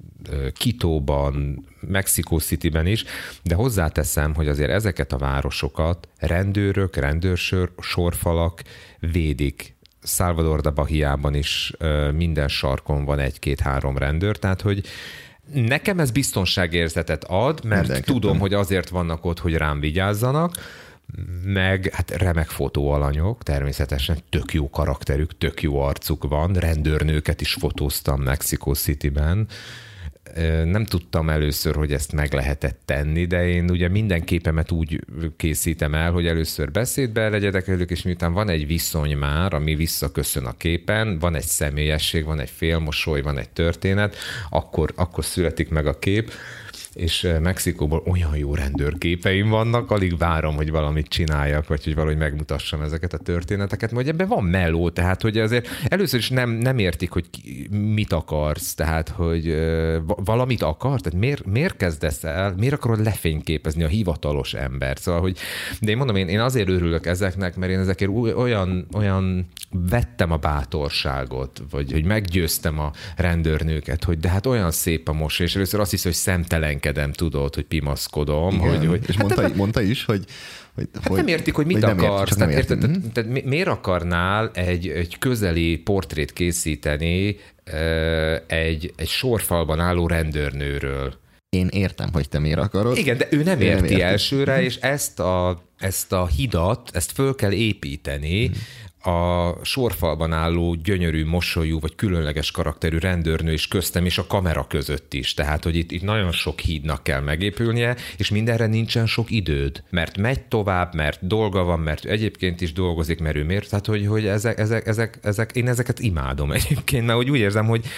Quitóban, Mexico Cityben is, de hozzáteszem, hogy azért ezeket a városokat rendőrök, sorfalak védik. Salvador de Bahiában is minden sarkon van 1-2-3 rendőr, tehát hogy nekem ez biztonságérzetet ad, mert tudom, hogy azért vannak ott, hogy rám vigyázzanak, meg hát remek fotóalanyok, természetesen tök jó karakterük, tök jó arcuk van, rendőrnőket is fotóztam Mexico Cityben. Nem tudtam először, hogy ezt meg lehetett tenni, de én ugye minden képemet úgy készítem el, hogy először beszédbe legyedek velük, és miután van egy viszony már, ami visszaköszön a képen, van egy személyesség, van egy félmosoly, van egy történet, akkor születik meg a kép, és Mexikóból olyan jó rendőrképeim vannak, alig várom, hogy valamit csináljak, vagy hogy valahogy megmutassam ezeket a történeteket, mert ebben van meló, tehát hogy azért először is nem értik, hogy mit akarsz, tehát hogy valamit akarsz, tehát miért kezdesz el, miért akarod lefényképezni a hivatalos embert, szóval, hogy de én mondom, én azért örülök ezeknek, mert én ezekért olyan vettem a bátorságot, vagy hogy meggyőztem a rendőrnőket, hogy de hát olyan szép a mos, és először azt hisz, hogy szemtelenkedem, tudod, hogy pimaszkodom. Igen, hogy és mondta is, hogy nem értik, hogy mit akarsz. Tehát miért akarnál egy közeli portrét készíteni egy sorfalban álló rendőrnőről? Én értem, hogy te miért akarod. Igen, de ő nem érti elsőre, és ezt a hidat, ezt föl kell építeni, a sorfalban álló gyönyörű, mosolyú vagy különleges karakterű rendőrnő is köztem és a kamera között is. Tehát, hogy itt nagyon sok hídnak kell megépülnie, és mindenre nincsen sok időd. Mert megy tovább, mert dolga van, mert egyébként is dolgozik, mert ő miért. Tehát, hogy én ezeket imádom egyébként, mert úgy érzem,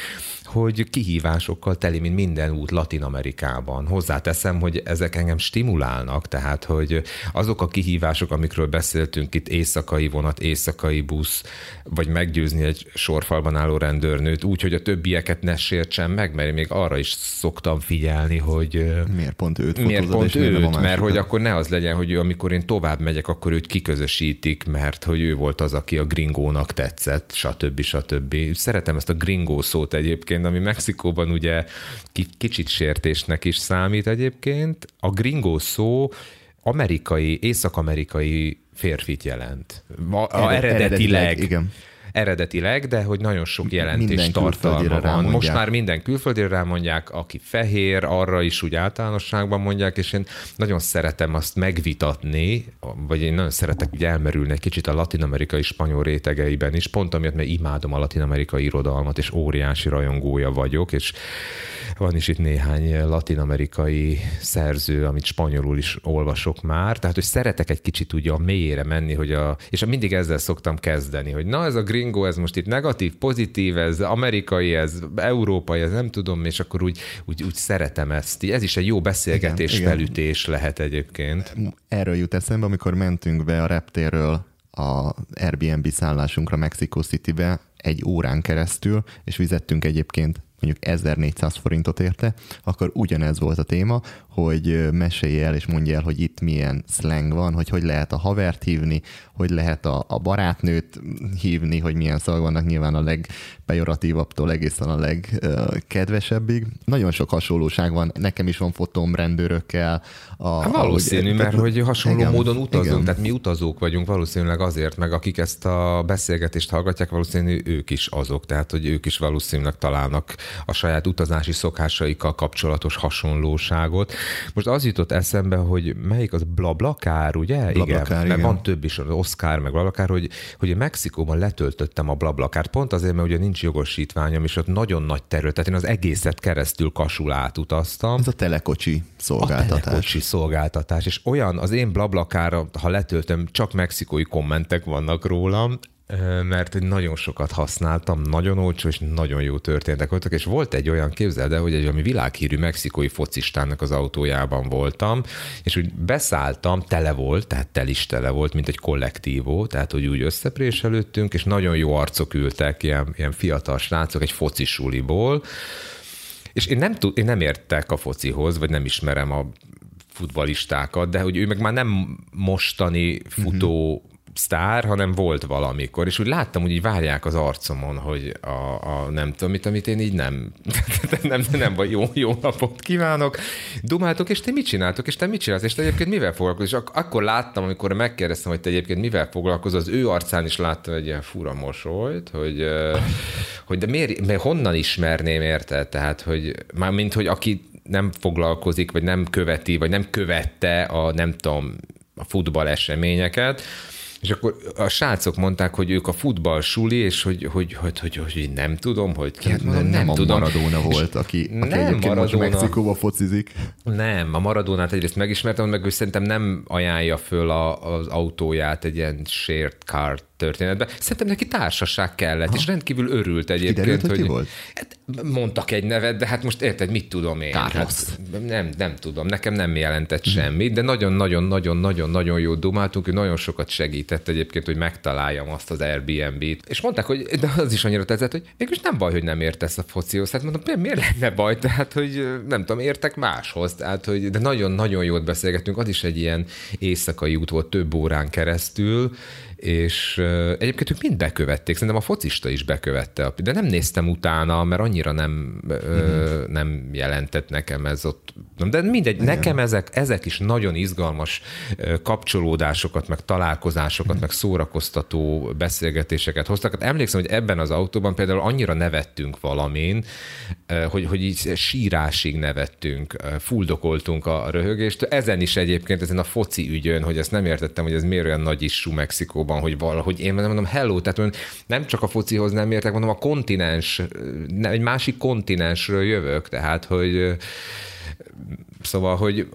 hogy kihívásokkal teli, mint minden út Latin-Amerikában. Hozzáteszem, hogy ezek engem stimulálnak, tehát, hogy azok a kihívások, amikről beszéltünk itt, éjszakai vonat, éjszakai busz, vagy meggyőzni egy sorfalban álló rendőrnőt úgy, hogy a többieket ne sértsen meg, mert én még arra is szoktam figyelni, hogy miért pont őt mert hogy akkor ne az legyen, hogy amikor én tovább megyek, akkor őt kiközösítik, mert hogy ő volt az, aki a gringónak tetszett, stb. Szeretem ezt a gringó szót egyébként, ami Mexikóban ugye kicsit sértésnek is számít egyébként. A gringó szó amerikai, észak-amerikai férfit jelent. Eredetileg. Igen. Eredetileg, de hogy nagyon sok jelentés tartalma van. Most már minden külföldire rámondják, aki fehér, arra is úgy általánosságban mondják, és én nagyon szeretem azt megvitatni, vagy én nagyon szeretek úgy elmerülni egy kicsit a latin-amerikai spanyol rétegeiben is, pont amiatt, mert imádom a latin-amerikai irodalmat, és óriási rajongója vagyok, és van is itt néhány latin-amerikai szerző, amit spanyolul is olvasok már, tehát hogy szeretek egy kicsit ugye a mélyére menni, és mindig ezzel szoktam kezdeni, hogy na ez a gringo, ez most itt negatív, pozitív, ez amerikai, ez európai, ez nem tudom, és akkor úgy szeretem ezt. Ez is egy jó beszélgetés, felütés lehet egyébként. Erről jut eszembe, amikor mentünk be a reptérről a Airbnb szállásunkra Mexico Citybe 1 órán keresztül, és fizettünk egyébként mondjuk 1400 forintot érte, akkor ugyanez volt a téma, hogy mesélj el és mondj el, hogy itt milyen slang van, hogy lehet a havert hívni, hogy lehet a barátnőt hívni, hogy milyen szavak vannak, nyilván a legpejoratívabbtól egészen a legkedvesebbig. Nagyon sok hasonlóság van, nekem is van fotóm rendőrökkel. Valószínű, mert hogy hasonló módon utazunk, tehát mi utazók vagyunk valószínűleg azért, meg akik ezt a beszélgetést hallgatják, valószínű ők is azok, tehát hogy ők is valószínűleg találnak a saját utazási szokásaikkal kapcsolatos hasonlóságot. Most az jutott eszembe, hogy melyik az BlaBlaCar, ugye? BlaBlaCar, igen. Mert van több is, az Oscar, meg BlaBlaCar, hogy Mexikóban letöltöttem a BlaBlaCart, pont azért, mert ugye nincs jogosítványom, és ott nagyon nagy területet, én az egészet keresztül Kasul átutaztam. Ez a telekocsi szolgáltatás. A telekocsi szolgáltatás, és olyan, az én BlaBlaCarra, ha letöltöm, csak mexikói kommentek vannak rólam, mert nagyon sokat használtam, nagyon olcsó és nagyon jó történetek voltak, és volt egy olyan, képzeld el, hogy egy valami világhírű mexikói focistának az autójában voltam, és úgy beszálltam, tele volt, tehát tele volt, mint egy kollektívó, tehát hogy úgy összepréselődtünk, és nagyon jó arcok ültek, ilyen fiatal srácok egy focisuliból, és én nem értek a focihoz, vagy nem ismerem a futballistákat, de hogy ő meg már nem mostani futó sztár, hanem volt valamikor, és úgy láttam, hogy így várják az arcomon, hogy a nem tudom amit én így nem vagy jó napot kívánok, dumáltok, és te mit csináltok, és te mit csinálsz, és te egyébként mivel foglalkozol, és akkor láttam, amikor megkérdeztem, hogy te egyébként mivel foglalkozol, az ő arcán is láttam egy ilyen fura mosolyt, hogy de miért honnan ismerném, érted? Tehát, hogy mármint, hogy aki nem foglalkozik, vagy nem követi, vagy nem követte a futball eseményeket, és akkor a srácok mondták, hogy ők a futballsuli, és hogy nem tudom, hogy ki. Hát nem tudom. Maradona volt, aki egyébként most Mexikóba focizik. Nem, a Maradonát egyrészt megismertem, meg ő szerintem nem ajánlja föl az autóját egy ilyen shared car történetben. Szerintem neki társaság kellett, és rendkívül örült egyébként. Kiderült, hogy volt? Hát, mondtak egy nevet, de hát most érted, mit tudom én? Carlos. Hát, nem tudom, nekem nem jelentett semmit, de nagyon-nagyon jó dumáltunk, ő nagyon sokat segített egyébként, hogy megtaláljam azt az Airbnb-t. És mondták, hogy de az is annyira tetszett, hogy mégis nem baj, hogy nem értesz a focihoz. Hát mondom, miért lenne baj? Tehát, hogy nem tudom, értek máshoz. Tehát, hogy, de nagyon-nagyon jót beszélgettünk. Az is egy ilyen éjszakai út volt több órán keresztül, és egyébként ők mind bekövették, szerintem a focista is bekövette, de nem néztem utána, mert annyira nem jelentett nekem ez ott. De mindegy, nekem ezek is nagyon izgalmas kapcsolódásokat, meg találkozásokat, meg szórakoztató beszélgetéseket hoztak. Hát emlékszem, hogy ebben az autóban például annyira nevettünk valamin, hogy így sírásig nevettünk, fuldokoltunk a röhögést. Ezen is egyébként, ezen a foci ügyön, hogy ezt nem értettem, hogy ez miért olyan nagy issú Mexikóban, hogy valahogy én mondom, hello, tehát nem csak a focihoz nem értek, mondom, a kontinens, egy másik kontinensről jövök, tehát, hogy Szóval,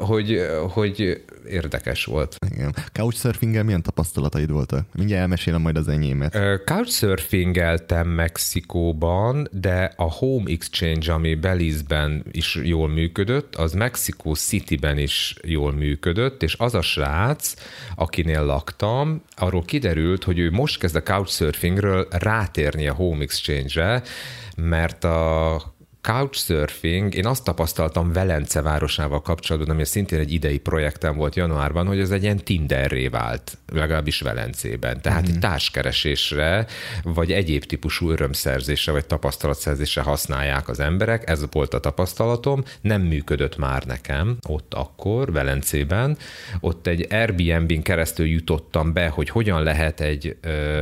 hogy érdekes volt. Igen. Couchsurfinggel milyen tapasztalataid voltak? Mindjárt elmesélem majd az enyémet. Couchsurfingeltem Mexikóban, de a Home Exchange, ami Belize-ben is jól működött, az Mexico City-ben is jól működött, és az a srác, akinél laktam, arról kiderült, hogy ő most kezd a Couchsurfingről rátérni a Home Exchange-re, mert a Couchsurfing, én azt tapasztaltam Velence városával kapcsolatban, ami szintén egy idei projektem volt januárban, hogy ez egy ilyen Tinderré vált, legalábbis Velencében. Tehát egy társkeresésre, vagy egyéb típusú örömszerzésre, vagy tapasztalatszerzésre használják az emberek. Ez volt a tapasztalatom. Nem működött már nekem ott akkor, Velencében. Ott egy Airbnb-n keresztül jutottam be, hogy hogyan lehet egy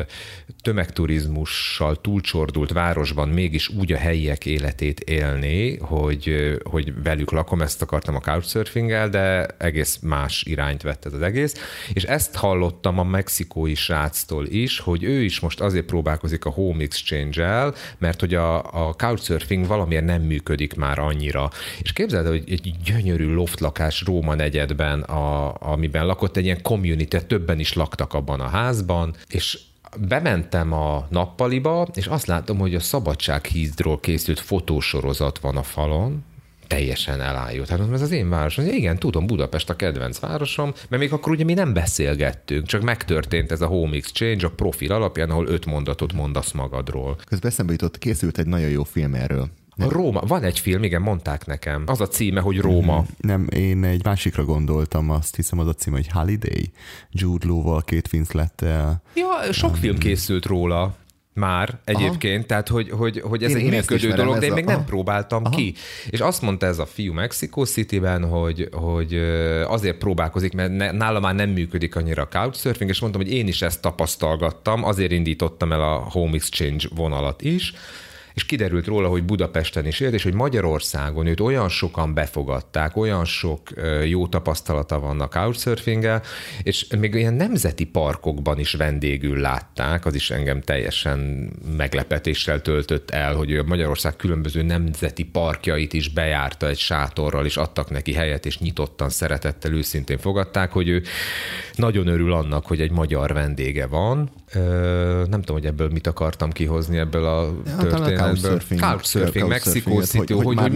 tömegturizmussal túlcsordult városban mégis úgy a helyiek életét élni, hogy velük lakom, ezt akartam a couchsurfinggel, de egész más irányt vett ez az egész. És ezt hallottam a mexikói sráctól is, hogy ő is most azért próbálkozik a Home Exchange-el, mert hogy a couchsurfing valamiért nem működik már annyira. És képzeld, hogy egy gyönyörű loftlakás Róma negyedben, amiben lakott egy ilyen community, többen is laktak abban a házban, és bementem a nappaliba, és azt látom, hogy a Szabadsághídról készült fotósorozat van a falon, teljesen elájult. Hát ez az én városom. Igen, tudom, Budapest a kedvenc városom, mert még akkor ugye mi nem beszélgettünk, csak megtörtént ez a Home Exchange a profil alapján, ahol 5 mondatot mondasz magadról. Közben eszembe jutott, készült egy nagyon jó film erről. Róma. Van egy film, igen, mondták nekem. Az a címe, hogy Róma. Nem, én egy másikra gondoltam, azt hiszem az a címe, hogy Holiday. Jude Law-val, Kate Winslettel. Ja, sok film készült róla már egyébként, tehát hogy ez egy működő dolog, de én még nem próbáltam ki. És azt mondta ez a fiú Mexico City-ben, hogy azért próbálkozik, mert nála már nem működik annyira a couchsurfing, és mondtam, hogy én is ezt tapasztalgattam, azért indítottam el a Home Exchange vonalat is, és kiderült róla, hogy Budapesten is élt, és hogy Magyarországon őt olyan sokan befogadták, olyan sok jó tapasztalata van a couchsurfinggel, és még ilyen nemzeti parkokban is vendégül látták, az is engem teljesen meglepetéssel töltött el, hogy a Magyarország különböző nemzeti parkjait is bejárta egy sátorral, és adtak neki helyet, és nyitottan, szeretettel, őszintén fogadták, hogy ő nagyon örül annak, hogy egy magyar vendége van. Nem tudom, hogy ebből mit akartam kihozni ebből a történetből. Couchsurfing, Mexico City, hogy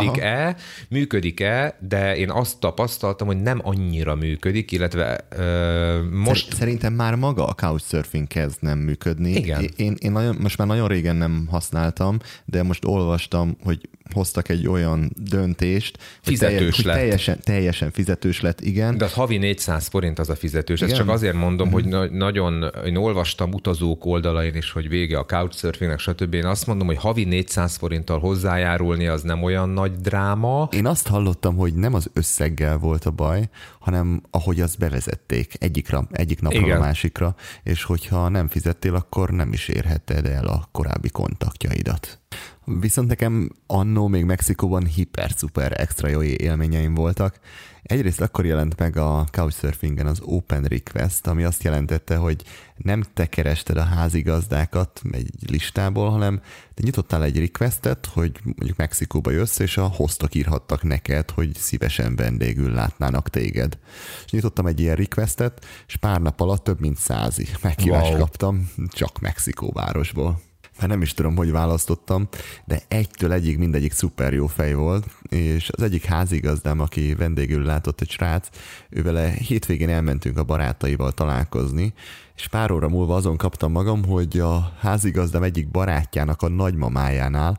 működik-e, de én azt tapasztaltam, hogy nem annyira működik, illetve most... Szerintem már maga a couchsurfing kezd nem működni. Igen. Én most már nagyon régen nem használtam, de most olvastam, hogy hoztak egy olyan döntést, fizetős hogy lett. Teljesen fizetős lett, igen. De az havi 400 forint az a fizetős. Igen? Ezt csak azért mondom, hogy nagyon, én olvastam utazók oldalain is, hogy vége a couchsurfingnek, stb. Én azt mondom, hogy havi 400 forinttal hozzájárulni az nem olyan nagy dráma. Én azt hallottam, hogy nem az összeggel volt a baj, hanem ahogy azt bevezették egyik napról a másikra, és hogyha nem fizettél, akkor nem is érhetted el a korábbi kontaktjaidat. Viszont nekem annó még Mexikóban hiper-szuper extra jó élményeim voltak. Egyrészt akkor jelent meg a couchsurfingen az Open Request, ami azt jelentette, hogy nem te kerested a házigazdákat egy listából, hanem te nyitottál egy requestet, hogy mondjuk Mexikóba jössz, és a hostok írhattak neked, hogy szívesen vendégül látnának téged. És nyitottam egy ilyen requestet, és pár nap alatt több mint 100 meghívást kaptam, csak Mexikó városból. Már nem is tudom, hogy választottam, de egytől egyig mindegyik szuper jó fej volt, és az egyik házigazdám, aki vendégül látott, egy srác, ővele hétvégén elmentünk a barátaival találkozni, és pár óra múlva azon kaptam magam, hogy a házigazdám egyik barátjának a nagymamájánál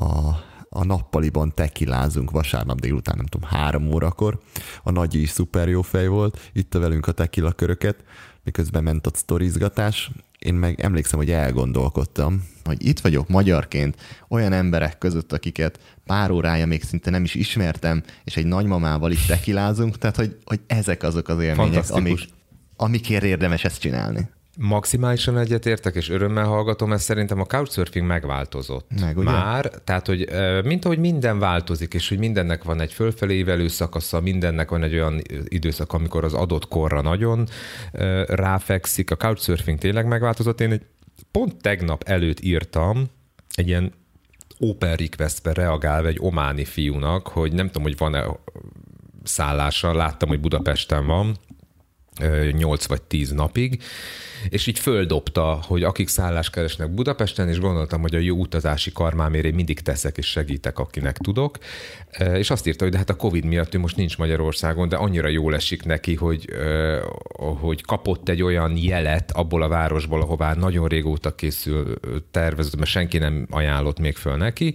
a nappaliban tekilázunk vasárnap délután, nem tudom, 3 órakor. A nagyi is szuper jó fej volt, itta velünk a tekila köröket, miközben ment a sztorizgatás. Én meg emlékszem, hogy elgondolkodtam, hogy itt vagyok magyarként olyan emberek között, akiket pár órája még szinte nem is ismertem, és egy nagymamával is tekilázunk, tehát hogy ezek azok az élmények, amikért érdemes ezt csinálni. Maximálisan egyetértek, és örömmel hallgatom, ezt szerintem a couchsurfing megváltozott. Már, tehát, hogy mint ahogy minden változik, és hogy mindennek van egy fölfelé ívelő szakasza, mindennek van egy olyan időszak, amikor az adott korra nagyon ráfekszik. A couchsurfing tényleg megváltozott. Én pont tegnap előtt írtam egy ilyen open request-be reagálva egy ománi fiúnak, hogy nem tudom, hogy van-e szállása, láttam, hogy Budapesten van, 8 vagy 10 napig, és így földobta, hogy akik szállást keresnek Budapesten, és gondoltam, hogy a jó utazási karmámért én mindig teszek és segítek, akinek tudok. És azt írta, hogy de hát a Covid miatt ő most nincs Magyarországon, de annyira jól esik neki, hogy kapott egy olyan jelet abból a városból, ahová nagyon régóta készül tervezett, mert senki nem ajánlott még föl neki,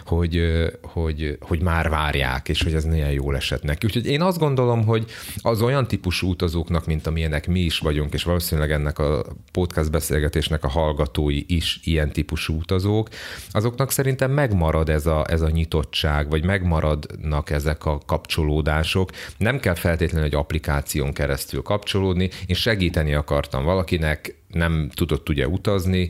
hogy már várják, és hogy ez milyen jól esett neki. Úgyhogy én azt gondolom, hogy az olyan típusú utazóknak, mint amilyenek mi is vagyunk, és valószínűleg ennek a podcast beszélgetésnek a hallgatói is ilyen típusú utazók, azoknak szerintem megmarad ez a nyitottság, vagy megmaradnak ezek a kapcsolódások. Nem kell feltétlenül egy applikáción keresztül kapcsolódni. Én segíteni akartam valakinek, nem tudott ugye utazni,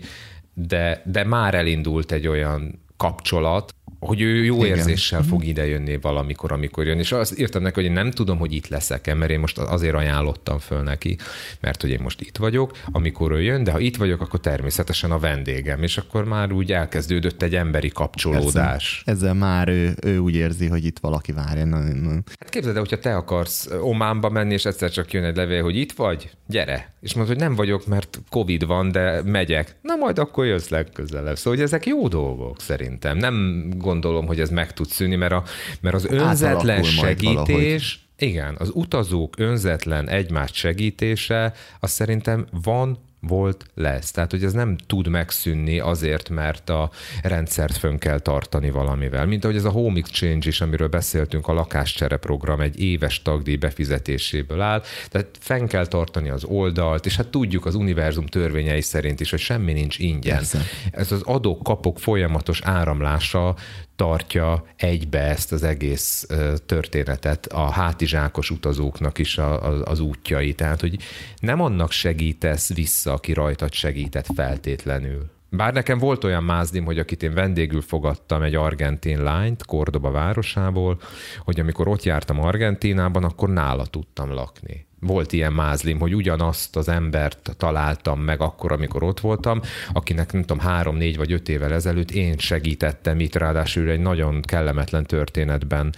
de már elindult egy olyan kapcsolat, hogy ő jó érzéssel fog idejönni valamikor, amikor jön. És azt írtam neki, hogy én nem tudom, hogy itt leszek-e, mert én most azért ajánlottam föl neki, mert hogy én most itt vagyok, amikor ő jön, de ha itt vagyok, akkor természetesen a vendégem, és akkor már úgy elkezdődött egy emberi kapcsolódás. Ezzel már ő úgy érzi, hogy itt valaki várja. Hát képzeld el, hogyha te akarsz Ománba menni, és egyszer csak jön egy levél, hogy itt vagy, gyere. És mondod, hogy nem vagyok, mert Covid van, de megyek. Na majd akkor jössz legközelebb. Szóval, hogy ezek jó dolgok szerintem. Nem gondolom, hogy ez meg tud szűnni, mert az önzetlen segítés, igen, az utazók önzetlen egymást segítése, az szerintem volt, lesz. Tehát, hogy ez nem tud megszűnni azért, mert a rendszert fönn kell tartani valamivel. Mint ahogy ez a Home Exchange is, amiről beszéltünk, a lakáscsere program egy éves tagdíj befizetéséből áll. Tehát fenn kell tartani az oldalt, és hát tudjuk az univerzum törvényei szerint is, hogy semmi nincs ingyen. Persze. Ez az adok-kapok folyamatos áramlása tartja egybe ezt az egész történetet, a hátizsákos utazóknak is az útjai. Tehát, hogy nem annak segítesz vissza, aki rajtad segített feltétlenül. Bár nekem volt olyan mázlim, hogy akit én vendégül fogadtam, egy argentin lányt Córdoba városából, hogy amikor ott jártam Argentínában, akkor nála tudtam lakni. Volt ilyen mázlim, hogy ugyanazt az embert találtam meg akkor, amikor ott voltam, akinek nem tudom, 3, 4 vagy 5 évvel ezelőtt én segítettem itt, ráadásul egy nagyon kellemetlen történetben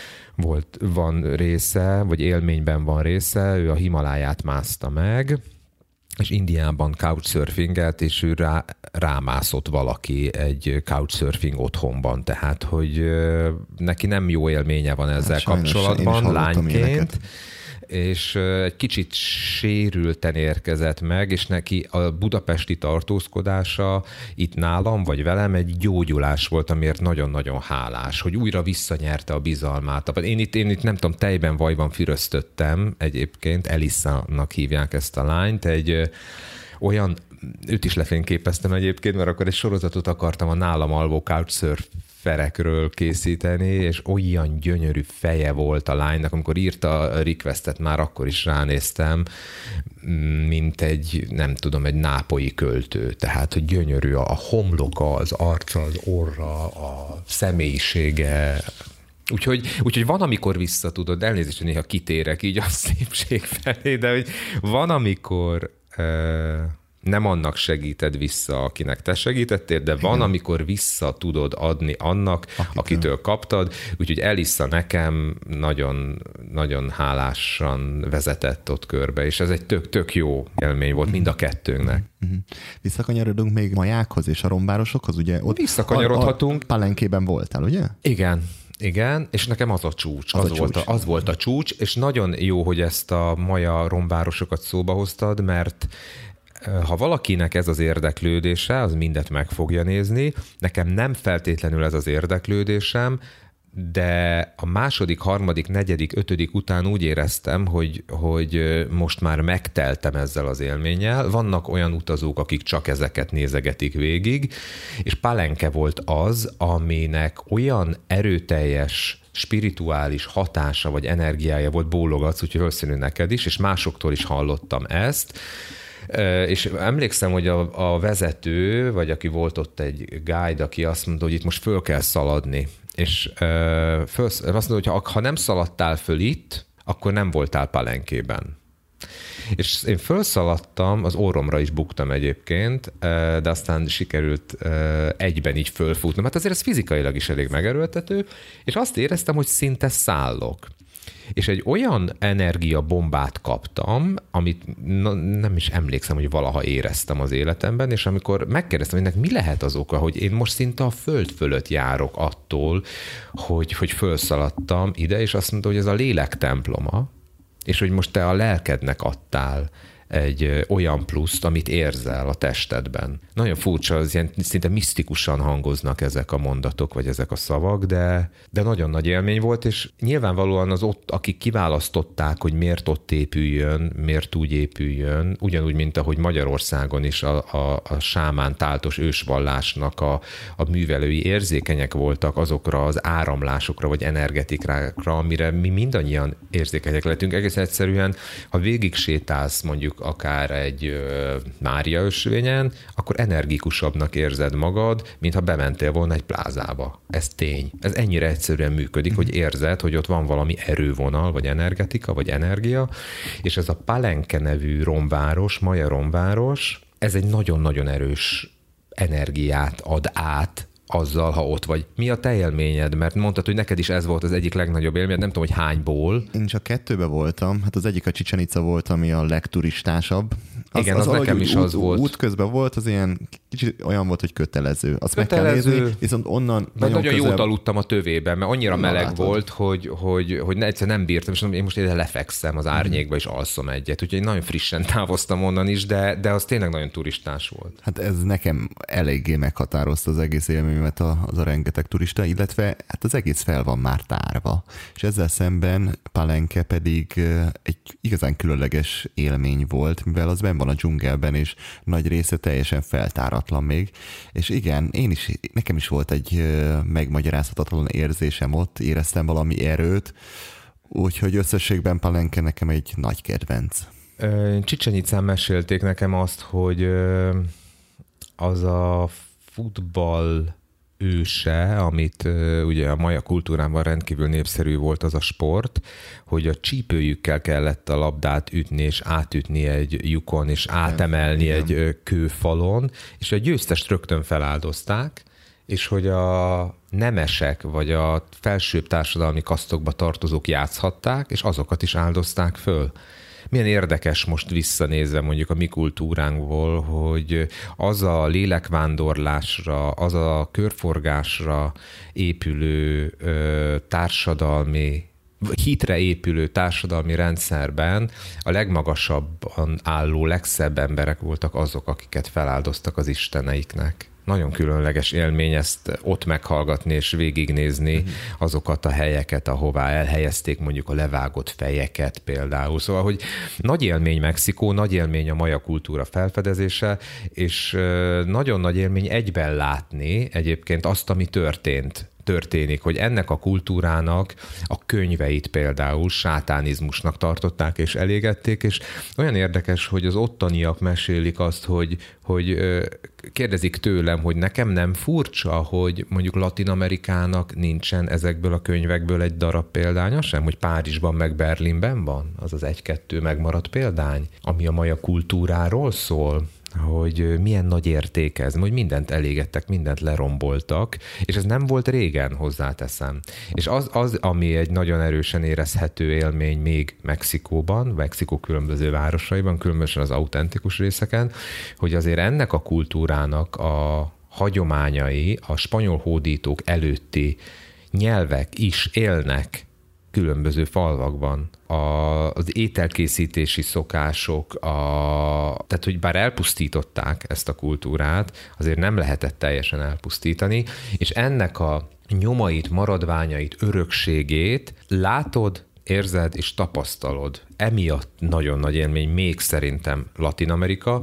van része, vagy élményben van része, ő a Himaláját mászta meg, és Indiában couchsurfingelt, és ő rámászott valaki egy couchsurfing otthonban, tehát, hogy neki nem jó élménye van ezzel kapcsolatban, lányként, és egy kicsit sérülten érkezett meg, és neki a budapesti tartózkodása itt nálam, vagy velem egy gyógyulás volt, amiért nagyon-nagyon hálás, hogy újra visszanyerte a bizalmát. Én itt nem tudom, tejben vajban füröztöttem egyébként, Elissa-nak hívják ezt a lányt, egy olyan, őt is lefényképeztem egyébként, mert akkor egy sorozatot akartam a nálam alvó couchsurferekről készíteni, és olyan gyönyörű feje volt a lánynak, amikor írta a requestet, már akkor is ránéztem, mint egy, nem tudom, egy nápolyi költő. Tehát, hogy gyönyörű a homloka, az arca, az orra, a személyisége. Úgyhogy van, amikor vissza tudod, elnézést, hogy néha kitérek így a szépség felé, de hogy van, amikor nem annak segíted vissza, akinek te segítettél, de van, amikor vissza tudod adni annak, akitől kaptad. Úgyhogy Elissa nekem nagyon, nagyon hálásan vezetett ott körbe, és ez egy tök jó élmény volt mind a kettőnknek. Visszakanyarodunk még Majákhoz és a rombárosokhoz, ugye? Ott visszakanyarodhatunk. Palenkében voltál, ugye? Igen, és nekem az a csúcs. Az volt a csúcs, és nagyon jó, hogy ezt a maja rombárosokat szóba hoztad, mert ha valakinek ez az érdeklődése, az mindet meg fogja nézni. Nekem nem feltétlenül ez az érdeklődésem, de a második, harmadik, negyedik, ötödik után úgy éreztem, hogy most már megteltem ezzel az élménnyel. Vannak olyan utazók, akik csak ezeket nézegetik végig, és Palenque volt az, aminek olyan erőteljes spirituális hatása vagy energiája volt, bólogatsz, úgyhogy valószínű neked is, és másoktól is hallottam ezt. És emlékszem, hogy a vezető, vagy aki volt ott egy guide, aki azt mondta, hogy itt most föl kell szaladni. És azt mondta, hogy ha nem szaladtál föl itt, akkor nem voltál Palenquében. És én fölszaladtam, az orromra is buktam egyébként, de aztán sikerült egyben így fölfutnom. Hát azért ez fizikailag is elég megerőltető, és azt éreztem, hogy szinte szállok. És egy olyan energiabombát kaptam, amit nem is emlékszem, hogy valaha éreztem az életemben, és amikor megkérdeztem, hogy ennek mi lehet az oka, hogy én most szinte a föld fölött járok attól, hogy fölszaladtam ide, és azt mondta, hogy ez a lélek temploma, és hogy most te a lelkednek adtál egy olyan pluszt, amit érzel a testedben. Nagyon furcsa, az ilyen szinte misztikusan hangoznak ezek a mondatok, vagy ezek a szavak, de nagyon nagy élmény volt, és nyilvánvalóan az ott, akik kiválasztották, hogy miért ott épüljön, miért úgy épüljön, ugyanúgy, mint ahogy Magyarországon is a sámán táltos ősvallásnak a művelői érzékenyek voltak azokra az áramlásokra, vagy energetikákra, amire mi mindannyian érzékenyek lettünk. Egész egyszerűen, ha végig sétálsz mondjuk akár egy Mária ösvényen, akkor energikusabbnak érzed magad, mintha bementél volna egy plázába. Ez tény. Ez ennyire egyszerűen működik, hogy érzed, hogy ott van valami erővonal, vagy energetika, vagy energia, és ez a Palenque nevű romváros, maja romváros, ez egy nagyon-nagyon erős energiát ad át azzal, ha ott vagy. Mi a te élményed? Mert mondtad, hogy neked is ez volt az egyik legnagyobb élményed, nem tudom, hogy hányból. Én csak 2 voltam. Hát az egyik a Chichén Itza volt, ami a legturistásabb. Igen, az nekem is az volt. Útközben volt, az ilyen kicsit olyan volt, hogy kötelező. Azt kötelező, meg kell nézni, viszont onnan nagyon jót aludtam a tövében, mert annyira meleg volt, hogy egyszerűen nem bírtam, és én most ide lefekszem az árnyékba, és alszom egyet. Úgyhogy nagyon frissen távoztam onnan is, de az tényleg nagyon turistás volt. Hát ez nekem eléggé meghatározta az egész élményemet az a rengeteg turista, illetve hát az egész fel van már tárva. És ezzel szemben Palenque pedig egy igazán különleges élmény volt, mivel az benn van a dzsungelben, és nagy része teljesen feltáratlan még. És igen, nekem is volt egy megmagyarázhatatlan érzésem ott, éreztem valami erőt, úgyhogy összességben Palenque nekem egy nagy kedvenc. Chichén Itzán mesélték nekem azt, hogy az a futball őse, amit ugye a maja kultúrában rendkívül népszerű volt az a sport, hogy a csípőjükkel kellett a labdát ütni, és átütni egy lyukon, és átemelni egy kőfalon, és a győztest rögtön feláldozták, és hogy a nemesek, vagy a felsőbb társadalmi kasztokba tartozók játszhatták, és azokat is áldozták föl. Milyen érdekes most visszanézve mondjuk a mi kultúránkból, hogy az a lélekvándorlásra, az a körforgásra épülő társadalmi, hitre épülő társadalmi rendszerben a legmagasabban álló, legszebb emberek voltak azok, akiket feláldoztak az isteneiknek. Nagyon különleges élmény ezt ott meghallgatni és végignézni azokat a helyeket, ahová elhelyezték mondjuk a levágott fejeket például. Szóval, hogy nagy élmény Mexikó, nagy élmény a maja kultúra felfedezése, és nagyon nagy élmény egyben látni egyébként azt, ami történik, hogy ennek a kultúrának a könyveit például sátánizmusnak tartották és elégették, és olyan érdekes, hogy az ottaniak mesélik azt, hogy kérdezik tőlem, hogy nekem nem furcsa, hogy mondjuk Latin-Amerikának nincsen ezekből a könyvekből egy darab példánya sem, hogy Párizsban meg Berlinben van, az az 1-2 megmaradt példány, ami a maja kultúráról szól, hogy milyen nagy érték ez, hogy mindent elégettek, mindent leromboltak, és ez nem volt régen, hozzáteszem. És az, ami egy nagyon erősen érezhető élmény még Mexikóban, Mexikó különböző városaiban, különösen az autentikus részeken, hogy azért ennek a kultúrának a hagyományai, a spanyol hódítók előtti nyelvek is élnek különböző falvakban. Az ételkészítési szokások, tehát hogy bár elpusztították ezt a kultúrát, azért nem lehetett teljesen elpusztítani, és ennek a nyomait, maradványait, örökségét látod, érzed és tapasztalod. Emiatt nagyon nagy élmény még szerintem Latin-Amerika,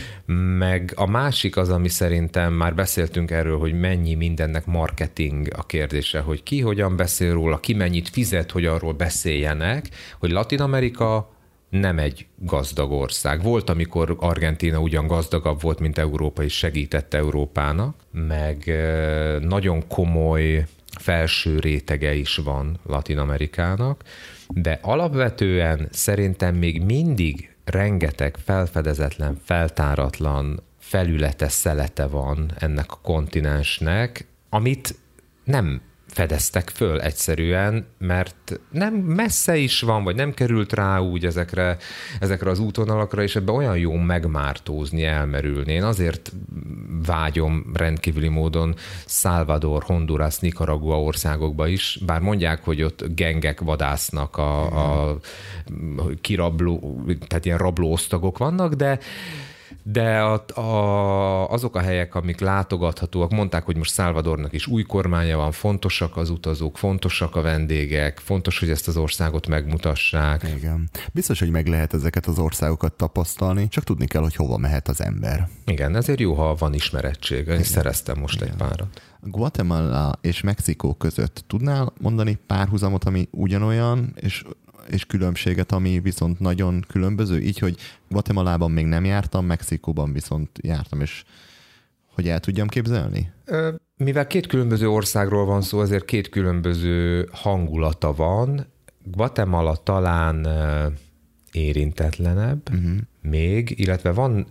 meg a másik az, ami szerintem már beszéltünk erről, hogy mennyi mindennek marketing a kérdése, hogy ki hogyan beszél róla, ki mennyit fizet, hogy arról beszéljenek, hogy Latin-Amerika nem egy gazdag ország. Volt, amikor Argentína ugyan gazdagabb volt, mint Európa, és segített Európának, meg nagyon komoly felső rétege is van Latin-Amerikának, de alapvetően szerintem még mindig rengeteg felfedezetlen, feltáratlan felülete, szelete van ennek a kontinensnek, amit nem fedeztek föl egyszerűen, mert nem messze is van, vagy nem került rá úgy ezekre az útvonalakra, és ebbe olyan jó megmártózni, elmerülni. Én azért vágyom rendkívüli módon Salvador, Honduras, Nicaragua országokba is, bár mondják, hogy ott gengek vadásznak a kirabló, tehát ilyen rabló osztagok vannak, de azok a helyek, amik látogathatóak, mondták, hogy most Salvadornak is új kormánya van, fontosak az utazók, fontosak a vendégek, fontos, hogy ezt az országot megmutassák. Igen. Biztos, hogy meg lehet ezeket az országokat tapasztalni, csak tudni kell, hogy hova mehet az ember. Igen, ezért jó, ha van ismerettség. Én szereztem most egy párat. Guatemala és Mexikó között tudnál mondani párhuzamot, ami ugyanolyan, és különbséget, ami viszont nagyon különböző, így, hogy Guatemalában még nem jártam, Mexikóban viszont jártam, és hogy el tudjam képzelni? Mivel két különböző országról van szó, ezért két különböző hangulata van. Guatemala talán érintetlenebb még, illetve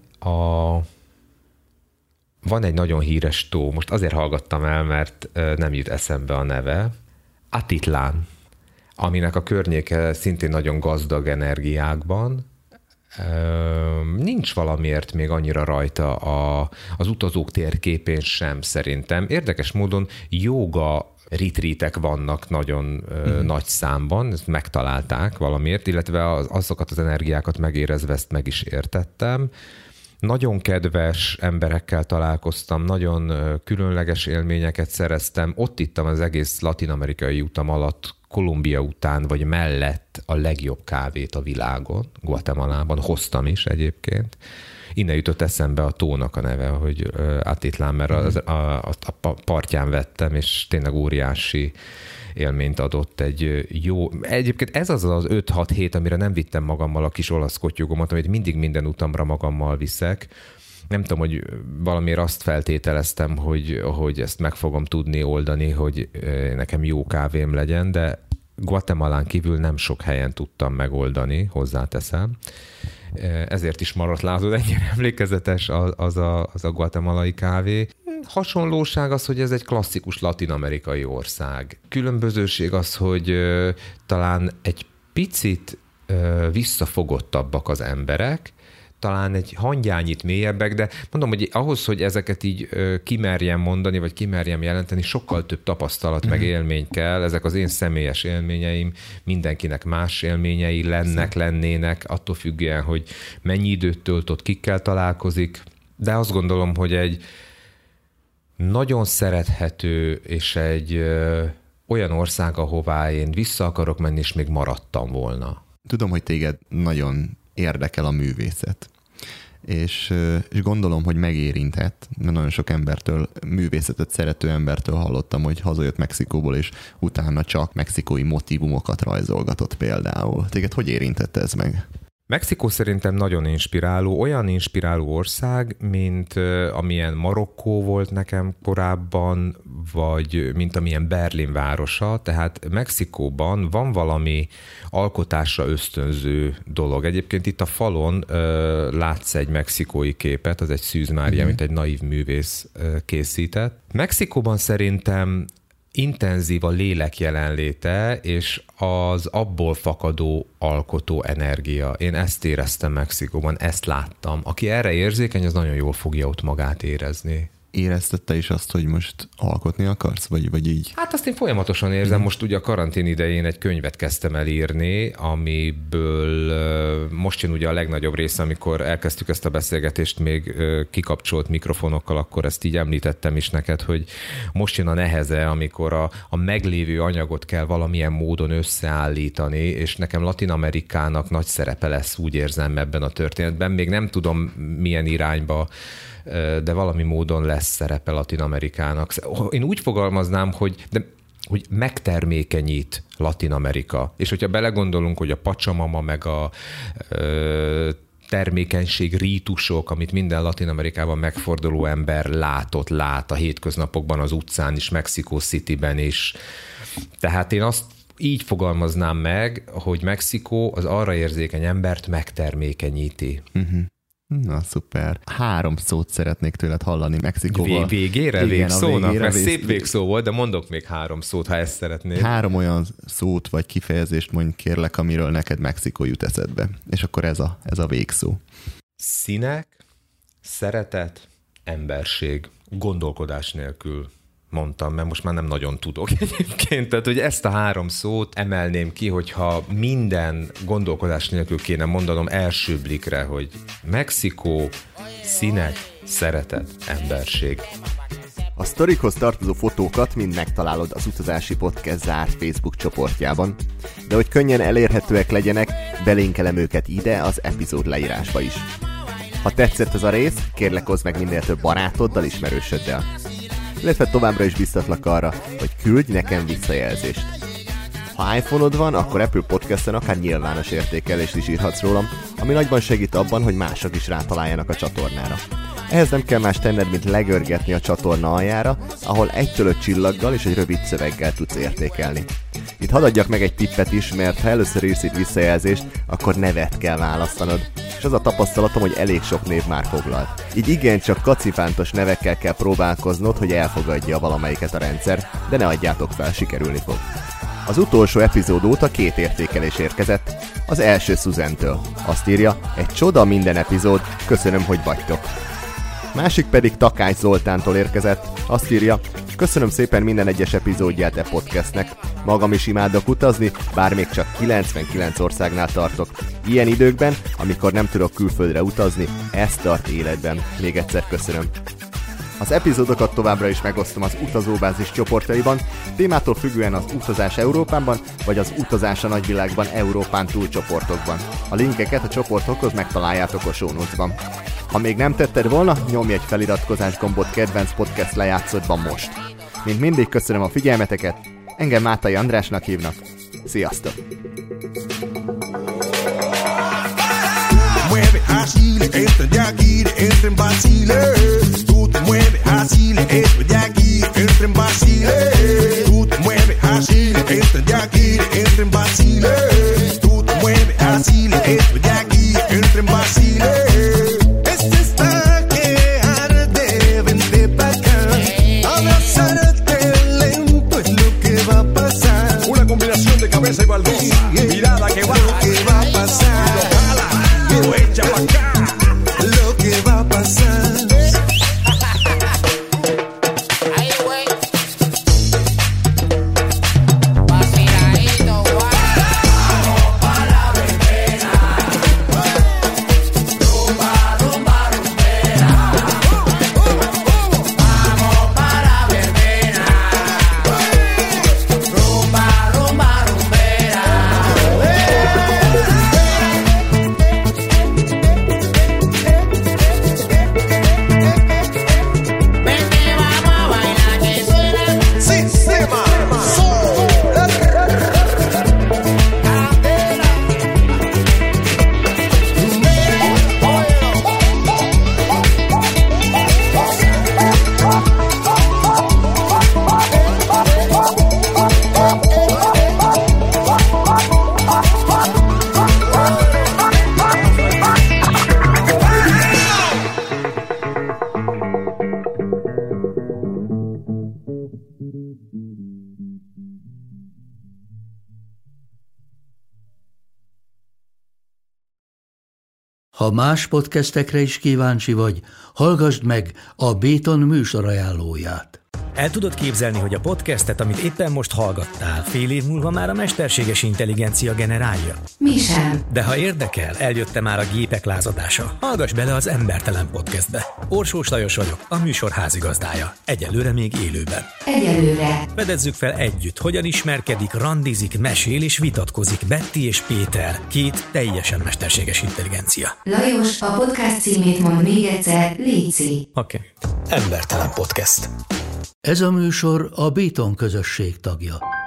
van egy nagyon híres tó, most azért hallgattam el, mert nem jut eszembe a neve, Atitlán, aminek a környéke szintén nagyon gazdag energiákban. Nincs valamiért még annyira rajta az utazók térképén sem szerintem. Érdekes módon jóga retreatek vannak nagyon nagy számban, ezt megtalálták valamiért, illetve azokat az energiákat megérezve ezt meg is értettem. Nagyon kedves emberekkel találkoztam, nagyon különleges élményeket szereztem. Ott ittam az egész latin-amerikai utam alatt, Kolumbia után vagy mellett a legjobb kávét a világon, Guatemalában, hoztam is egyébként. Innen jutott eszembe a tónak a neve, hogy Atitlán, mert a partján vettem, és tényleg óriási élményt adott egy jó... Egyébként ez az 5-6 hét, amire nem vittem magammal a kis olasz kotyugomat, amit mindig minden utamra magammal viszek. Nem tudom, hogy valamiért azt feltételeztem, hogy ezt meg fogom tudni oldani, hogy nekem jó kávém legyen, de Guatemalán kívül nem sok helyen tudtam megoldani, hozzáteszem. Ezért is maradt, látod, ennyire emlékezetes az a guatemalai kávé. Hasonlóság az, hogy ez egy klasszikus latin-amerikai ország. Különbözőség az, hogy talán egy picit visszafogottabbak az emberek, talán egy hangyányit mélyebbek, de mondom, hogy ahhoz, hogy ezeket így kimerjem mondani, vagy kimerjem jelenteni, sokkal több tapasztalat, meg élmény kell. Ezek az én személyes élményeim, mindenkinek más élményei lennének, attól függően, hogy mennyi időt töltött, kikkel találkozik, de azt gondolom, hogy egy nagyon szerethető, és egy olyan ország, ahová én vissza akarok menni, és még maradtam volna. Tudom, hogy téged nagyon érdekel a művészet. És gondolom, hogy megérintett, mert nagyon sok embertől, művészetet szerető embertől hallottam, hogy hazajött Mexikóból, és utána csak mexikói motívumokat rajzolgatott például. Téged hogy érintette ez meg? Mexikó szerintem nagyon inspiráló, olyan inspiráló ország, mint amilyen Marokkó volt nekem korábban, vagy mint amilyen Berlin városa, tehát Mexikóban van valami alkotásra ösztönző dolog. Egyébként itt a falon látsz egy mexikói képet, az egy Szűz Mária, mint egy naív művész készített. Mexikóban szerintem intenzív a lélek jelenléte, és az abból fakadó alkotó energia. Én ezt éreztem Mexikóban, ezt láttam. Aki erre érzékeny, az nagyon jól fogja ott magát érezni. Éreztette is azt, hogy most alkotni akarsz, vagy így? Hát azt én folyamatosan érzem. Most ugye a karantén idején egy könyvet kezdtem el írni, amiből most jön ugye a legnagyobb része, amikor elkezdtük ezt a beszélgetést még kikapcsolt mikrofonokkal, akkor ezt így említettem is neked, hogy most jön a neheze, amikor a meglévő anyagot kell valamilyen módon összeállítani, és nekem Latin-Amerikának nagy szerepe lesz, úgy érzem ebben a történetben. Még nem tudom milyen irányba, de valami módon lesz szerepe Latin-Amerikának. Én úgy fogalmaznám, hogy megtermékenyít Latin-Amerika. És hogyha belegondolunk, hogy a pacsamama meg a termékenység, rítusok, amit minden Latin-Amerikában megforduló ember lát a hétköznapokban, az utcán is, Mexico Cityben is. Tehát én azt így fogalmaznám meg, hogy Mexikó az arra érzékeny embert megtermékenyíti. Na, szuper. 3 szót szeretnék tőled hallani Mexikóval. Végére? Igen, végszónak? végére, Szép végszó volt, de mondok még 3 szót, ha ezt szeretnéd. 3 olyan szót vagy kifejezést mondj kérlek, amiről neked Mexikó jut eszedbe. És akkor ez a végszó. Színek, szeretet, emberség, gondolkodás nélkül mondtam, mert most már nem nagyon tudok egyébként. Tehát, hogy ezt a 3 szót emelném ki, hogyha minden gondolkodás nélkül kéne mondanom első blikre, hogy Mexikó, színek, szeretet, emberség. A sztorikhoz tartozó fotókat mind megtalálod az Utazási Podcast zárt Facebook csoportjában, de hogy könnyen elérhetőek legyenek, belinkelem őket ide az epizód leírásba is. Ha tetszett ez a rész, kérlek hozd meg minél több barátoddal, ismerősöddel. Illetve továbbra is biztatlak arra, hogy küldj nekem visszajelzést. Ha iPhone-od van, akkor Apple Podcast-en akár nyilvános értékelést is írhatsz rólam, ami nagyban segít abban, hogy mások is rátaláljanak a csatornára. Ehhez nem kell más tenned, mint legörgetni a csatorna aljára, ahol 1-5 csillaggal és egy rövid szöveggel tudsz értékelni. Itt hadd adjak meg egy tippet is, mert ha először írsz itt visszajelzést, akkor nevet kell választanod. És az a tapasztalatom, hogy elég sok név már foglalt. Így igencsak kacifántos nevekkel kell próbálkoznod, hogy elfogadja valamelyiket a rendszer, de ne adjátok fel, sikerülni fog. Az utolsó epizód óta 2 értékelés érkezett. Az első Susan-től. Azt írja, egy csoda minden epizód, köszönöm, hogy vagytok. Másik pedig Takács Zoltántól érkezett. Azt írja, köszönöm szépen minden egyes epizódját e podcastnek. Magam is imádok utazni, bár még csak 99 országnál tartok. Ilyen időkben, amikor nem tudok külföldre utazni, ez tart életben. Még egyszer köszönöm. Az epizódokat továbbra is megosztom az utazóbázis csoportjaiban, témától függően az utazás Európában, vagy az utazás a nagyvilágban Európán túl csoportokban. A linkeket a csoportokhoz megtaláljátok a show notes-ban. Ha még nem tetted volna, nyomj egy feliratkozás gombot kedvenc podcast lejátszódban most. Mint mindig köszönöm a figyelmeteket, engem Mátai Andrásnak hívnak. Sziasztok! Mueve así, entra de aquí, entra en Basile. Tú te mueves así, entra de aquí, entra en Basile. Tú te mueves así, entra de aquí, entra en Basile. Tú te mueves así, entra de aquí, entra en Basile. Este está que arde, vente pa' acá. Abrazarte lento es lo que va a pasar. Una combinación de cabeza y baldosa, mirada que va, lo que va a pasar. Echa pa' acá lo que va a pasar. Ay, güey. Vaciladito, guay. Vamos pa' la verbena. Rumba, rumba, rumbera. Vamos pa' la verbena. Rumba, rumba, rumbera. Ha más podcastekre is kíváncsi vagy, hallgassd meg a Béton műsor ajánlóját. El tudod képzelni, hogy a podcastet, amit éppen most hallgattál, fél év múlva már a mesterséges intelligencia generálja? Mi sem. De ha érdekel, eljött már a gépek lázadása. Hallgass bele az Embertelen Podcastbe. Orsós Lajos vagyok, a műsor házigazdája. Egyelőre még élőben. Egyelőre. Fedezzük fel együtt, hogyan ismerkedik, randizik, mesél és vitatkozik Betty és Péter, 2 teljesen mesterséges intelligencia. Lajos, a podcast címét mond még egyszer, léci. Oké. Embertelen Podcast. Ez a műsor a Béton közösség tagja.